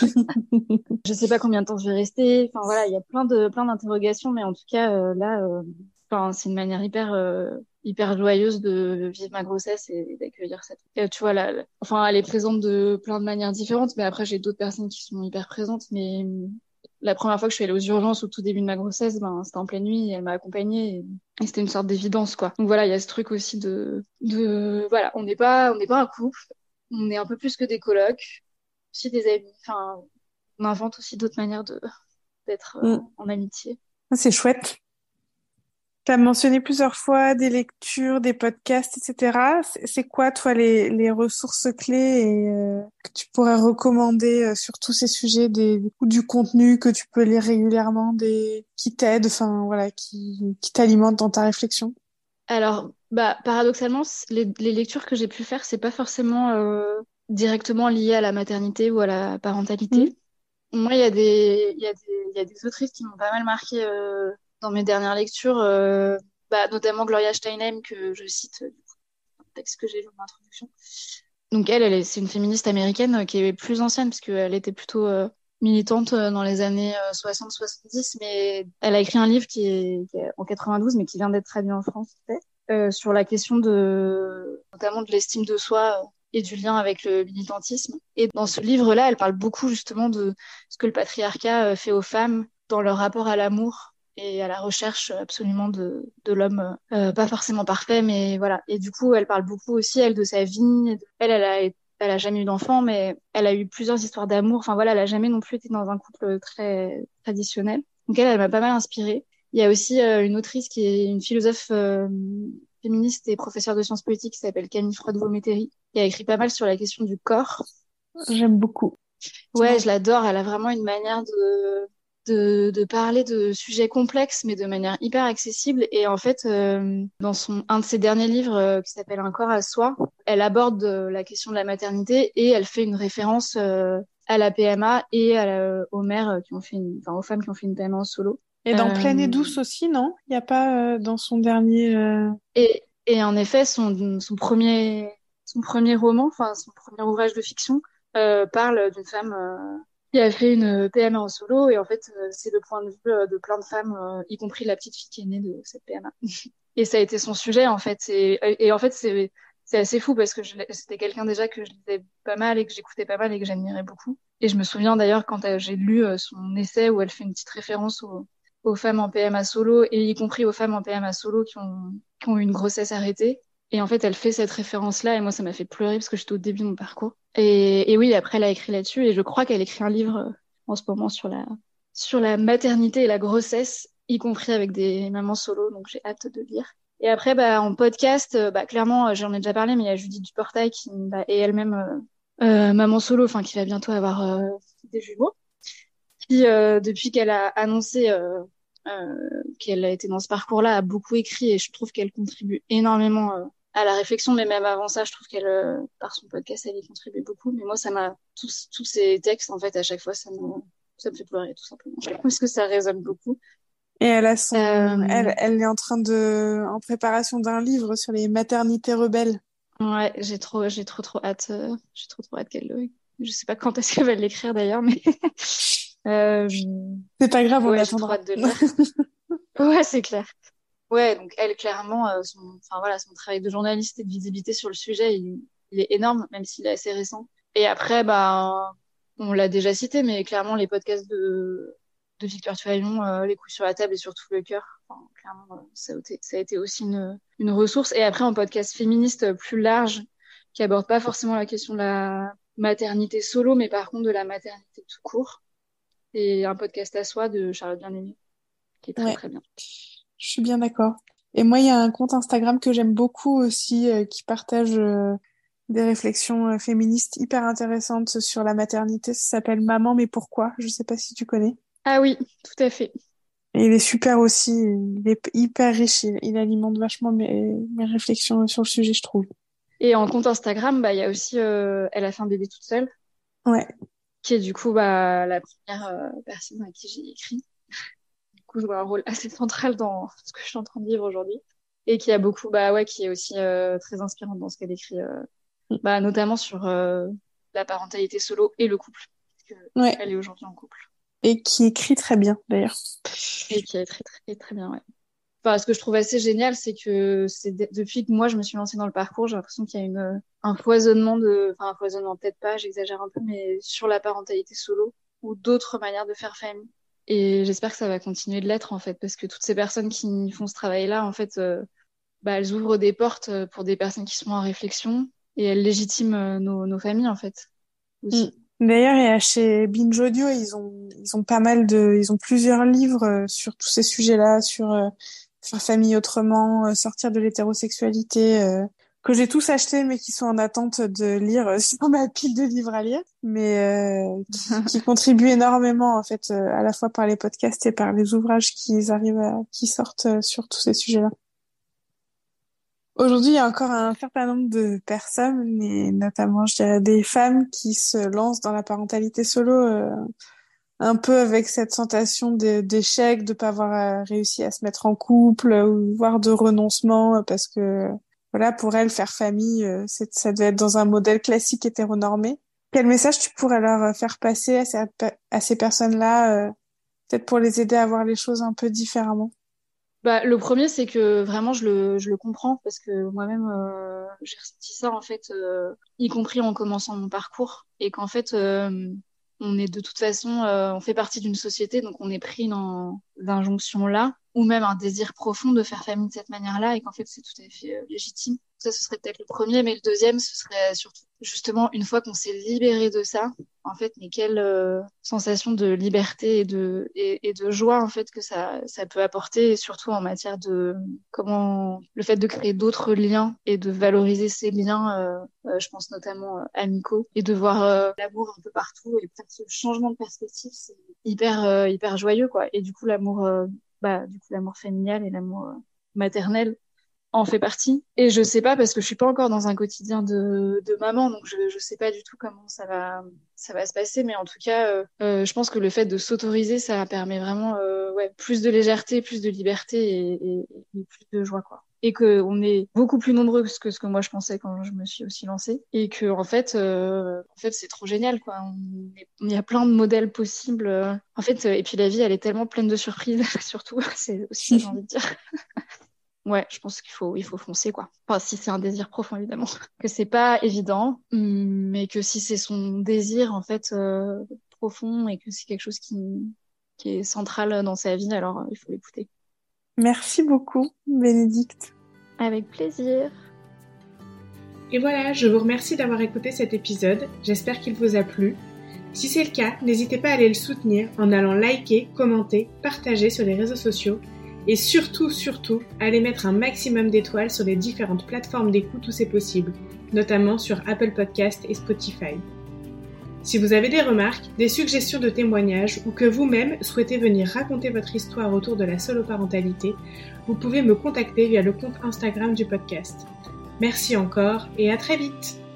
Je sais pas combien de temps je vais rester. Enfin voilà, il y a plein de plein d'interrogations, mais en tout cas euh, là, euh, enfin c'est une manière hyper euh, hyper joyeuse de vivre ma grossesse et d'accueillir cette. Et, tu vois là, là- enfin elle est présente de plein de manières différentes, mais après j'ai d'autres personnes qui sont hyper présentes. Mais euh, la première fois que je suis allée aux urgences au tout début de ma grossesse, ben c'était en pleine nuit, et elle m'a accompagnée et, et c'était une sorte d'évidence quoi. Donc voilà, il y a ce truc aussi de de voilà, on n'est pas on n'est pas un couple, on est un peu plus que des colocs, aussi des amis. Enfin on invente aussi d'autres manières de d'être euh, Mm. en amitié. Ah, c'est chouette. Tu as mentionné plusieurs fois des lectures, des podcasts, et cetera. C'est c'est quoi, toi, les, les ressources clés et, euh, que tu pourrais recommander euh, sur tous ces sujets, des, ou du contenu que tu peux lire régulièrement, des qui t'aident, enfin voilà, qui, qui t'alimentent dans ta réflexion? Alors, bah, paradoxalement, c- les, les lectures que j'ai pu faire, c'est pas forcément euh, directement lié à la maternité ou à la Mm. parentalité. Moi, il y a des, il y a des, il y a des autrices qui m'ont pas mal marqué euh, dans mes dernières lectures, euh, bah, notamment Gloria Steinem, que je cite euh, du coup, dans le texte que j'ai lu en introduction. Donc elle, elle est, c'est une féministe américaine euh, qui est plus ancienne, parce qu'elle était plutôt euh, militante euh, dans les années euh, soixante soixante-dix, mais elle a écrit un livre qui est, qui est en quatre-vingt-douze, mais qui vient d'être traduit en français, euh, sur la question de, notamment de l'estime de soi euh, et du lien avec le militantisme. Et dans ce livre-là, elle parle beaucoup justement de ce que le patriarcat euh, fait aux femmes dans leur rapport à l'amour et à la recherche absolument de, de l'homme, euh, pas forcément parfait, mais voilà. Et du coup, elle parle beaucoup aussi, elle, de sa vie. Elle, elle a, elle a jamais eu d'enfant, mais elle a eu plusieurs histoires d'amour. Enfin voilà, elle a jamais non plus été dans un couple très traditionnel. Donc elle, elle m'a pas mal inspirée. Il y a aussi euh, une autrice qui est une philosophe euh, féministe et professeure de sciences politiques qui s'appelle Camille Freud-Vométeri, qui a écrit pas mal sur la question du corps. J'aime beaucoup. Ouais, je l'adore. Elle a vraiment une manière de, de, de parler de sujets complexes, mais de manière hyper accessible. Et en fait, euh, dans son, un de ses derniers livres euh, qui s'appelle Un corps à soi, elle aborde euh, la question de la maternité et elle fait une référence euh, à la P M A et à la, aux mères qui ont fait une, enfin, aux femmes qui ont fait une P M A en solo. Et dans Pleine et Euh, douce aussi, non? Il n'y a pas euh, dans son dernier... euh, et, et en effet, son, son premier, son premier roman, enfin son premier ouvrage de fiction, euh, parle d'une femme euh, qui a fait une P M A en solo. Et en fait, euh, c'est le point de vue euh, de plein de femmes, euh, y compris la petite fille qui est née de cette P M A. Et ça a été son sujet, en fait. Et, et en fait, c'est, c'est assez fou parce que je l'ai- c'était quelqu'un déjà que je lisais pas mal et que j'écoutais pas mal et que j'admirais beaucoup. Et je me souviens d'ailleurs quand euh, j'ai lu euh, son essai où elle fait une petite référence au aux femmes en P M A solo et y compris aux femmes en P M A solo qui ont, qui ont eu une grossesse arrêtée. Et en fait, elle fait cette référence-là et moi, ça m'a fait pleurer parce que j'étais au début de mon parcours. Et, et oui, après, elle a écrit là-dessus et je crois qu'elle écrit un livre euh, en ce moment sur la, sur la maternité et la grossesse, y compris avec des mamans solo, donc j'ai hâte de lire. Et après, bah, en podcast, euh, bah, clairement, euh, j'en ai déjà parlé, mais il y a Judith Duportail qui bah, est elle-même euh, euh, maman solo, enfin, qui va bientôt avoir euh, des jumeaux qui, euh, depuis qu'elle a annoncé euh, euh, qu'elle a été dans ce parcours-là, a beaucoup écrit et je trouve qu'elle contribue énormément euh, à la réflexion. Mais même avant ça, je trouve qu'elle, euh, par son podcast, elle y contribue beaucoup. Mais moi, ça m'a tous tous ces textes, en fait, à chaque fois, ça me ça me fait pleurer tout simplement parce que ça résonne beaucoup. Et elle a son, Euh, elle, elle est en train de, en préparation d'un livre sur les maternités rebelles. ouais, j'ai trop j'ai trop trop hâte, euh, j'ai trop trop hâte qu'elle le. Je sais pas quand est-ce qu'elle va l'écrire d'ailleurs, mais euh, C'est pas grave, on ouais, j'ai trop attendra. hâte de le lire. Ouais, c'est clair. Ouais, donc elle, clairement, euh, son, enfin voilà, son travail de journaliste et de visibilité sur le sujet, il, il est énorme, même s'il est assez récent. Et après, bah, on l'a déjà cité, mais clairement, les podcasts de, de Victoire Tuaillon, euh, Les couilles sur la table et surtout Le cœur, enfin, clairement, euh, ça a été, ça a été aussi une, une ressource. Et après, en podcast féministe plus large, qui aborde pas forcément la question de la maternité solo, mais par contre de la maternité tout court. Et un podcast à soi de Charlotte Bien-Aimée, qui est très Ouais, très bien. je suis bien d'accord. Et moi, il y a un compte Instagram que j'aime beaucoup aussi, euh, qui partage euh, des réflexions euh, féministes hyper intéressantes sur la maternité. Ça s'appelle Maman, mais pourquoi? Je sais pas si tu connais. Ah oui, tout à fait. Et il est super aussi, il est hyper riche, il, il alimente vachement mes, mes réflexions sur le sujet, je trouve. Et en compte Instagram, bah, il y a aussi euh, Elle a fait un bébé toute seule, Ouais, qui est du coup bah, la première euh, personne à qui j'ai écrit. Du coup, joue un rôle assez central dans ce que je suis en train de vivre aujourd'hui. Et qui a beaucoup, bah ouais, qui est aussi euh, très inspirante dans ce qu'elle écrit, euh, bah, notamment sur euh, la parentalité solo et le couple, parce ouais. qu'elle est aujourd'hui en couple. Et qui écrit très bien, d'ailleurs. Et qui est très, très, très bien, ouais. Enfin, ce que je trouve assez génial, c'est que c'est de- depuis que moi je me suis lancée dans le parcours, j'ai l'impression qu'il y a une, euh, un foisonnement de, enfin un foisonnement peut-être pas, j'exagère un peu, mais sur la parentalité solo ou d'autres manières de faire famille. Et j'espère que ça va continuer de l'être en fait, parce que toutes ces personnes qui font ce travail-là, en fait, euh, bah, elles ouvrent des portes euh, pour des personnes qui sont en réflexion et elles légitiment euh, nos, nos familles en fait Mm. aussi. D'ailleurs, il y a chez Binge Audio, ils ont, ils ont pas mal de, ils ont plusieurs livres euh, sur tous ces sujets-là, sur euh, faire famille autrement, euh, sortir de l'hétérosexualité, euh, que j'ai tous achetés, mais qui sont en attente de lire euh, sur ma pile de livres à lire, mais euh, qui, qui contribuent énormément en fait, euh, à la fois par les podcasts et par les ouvrages qui arrivent à, qui sortent euh, sur tous ces sujets-là. Aujourd'hui, il y a encore un certain nombre de personnes, et notamment, je dirais, des femmes qui se lancent dans la parentalité solo, euh, un peu avec cette sensation de- d'échec, de pas avoir euh, réussi à se mettre en couple, ou voire de renoncement, euh, parce que, voilà, pour elles, faire famille, euh, c'est, ça devait être dans un modèle classique hétéronormé. Quel message tu pourrais leur euh, faire passer à ces, à ces personnes-là, euh, peut-être pour les aider à voir les choses un peu différemment? Bah, le premier, c'est que vraiment, je le, je le comprends parce que moi-même, euh, j'ai ressenti ça, en fait, euh, y compris en commençant mon parcours. Et qu'en fait, euh, on est de toute façon, euh, on fait partie d'une société, donc on est pris dans d'injonctions-là, ou même un désir profond de faire famille de cette manière-là, et qu'en fait, c'est tout à fait euh, légitime. Ça, ce serait peut-être le premier, mais le deuxième, ce serait surtout, justement, une fois qu'on s'est libéré de ça, en fait, mais quelle euh, sensation de liberté et de, et, et de joie, en fait, que ça, ça peut apporter, et surtout en matière de comment le fait de créer d'autres liens et de valoriser ces liens, euh, euh, je pense notamment euh, amicaux, et de voir euh, l'amour un peu partout, et faire ce changement de perspective, c'est hyper, euh, hyper joyeux, quoi. Et du coup, l'amour, euh, bah, du coup, l'amour familial et l'amour euh, maternel en fait partie. Et je sais pas parce que je suis pas encore dans un quotidien de, de maman, donc je, je sais pas du tout comment ça va, ça va se passer. Mais en tout cas, euh, euh, je pense que le fait de s'autoriser, ça permet vraiment, euh, ouais, plus de légèreté, plus de liberté et, et, et plus de joie, quoi. Et que on est beaucoup plus nombreux que ce que moi je pensais quand je me suis aussi lancée. Et que en fait, euh, en fait, c'est trop génial, quoi. Il y a plein de modèles possibles. Euh, en fait, euh, et puis la vie, elle est tellement pleine de surprises, surtout. C'est aussi ça, j'ai envie de dire. Ouais, je pense qu'il faut, il faut foncer, quoi. Enfin, si c'est un désir profond, évidemment. Que c'est pas évident, mais que si c'est son désir, en fait, euh, profond et que c'est quelque chose qui, qui est central dans sa vie, alors euh, il faut l'écouter. Merci beaucoup, Bénédicte. Avec plaisir. Et voilà, je vous remercie d'avoir écouté cet épisode. J'espère qu'il vous a plu. Si c'est le cas, n'hésitez pas à aller le soutenir en allant liker, commenter, partager sur les réseaux sociaux. Et surtout, surtout, allez mettre un maximum d'étoiles sur les différentes plateformes d'écoute où c'est possible, notamment sur Apple Podcasts et Spotify. Si vous avez des remarques, des suggestions de témoignages ou que vous-même souhaitez venir raconter votre histoire autour de la soloparentalité, vous pouvez me contacter via le compte Instagram du podcast. Merci encore et à très vite!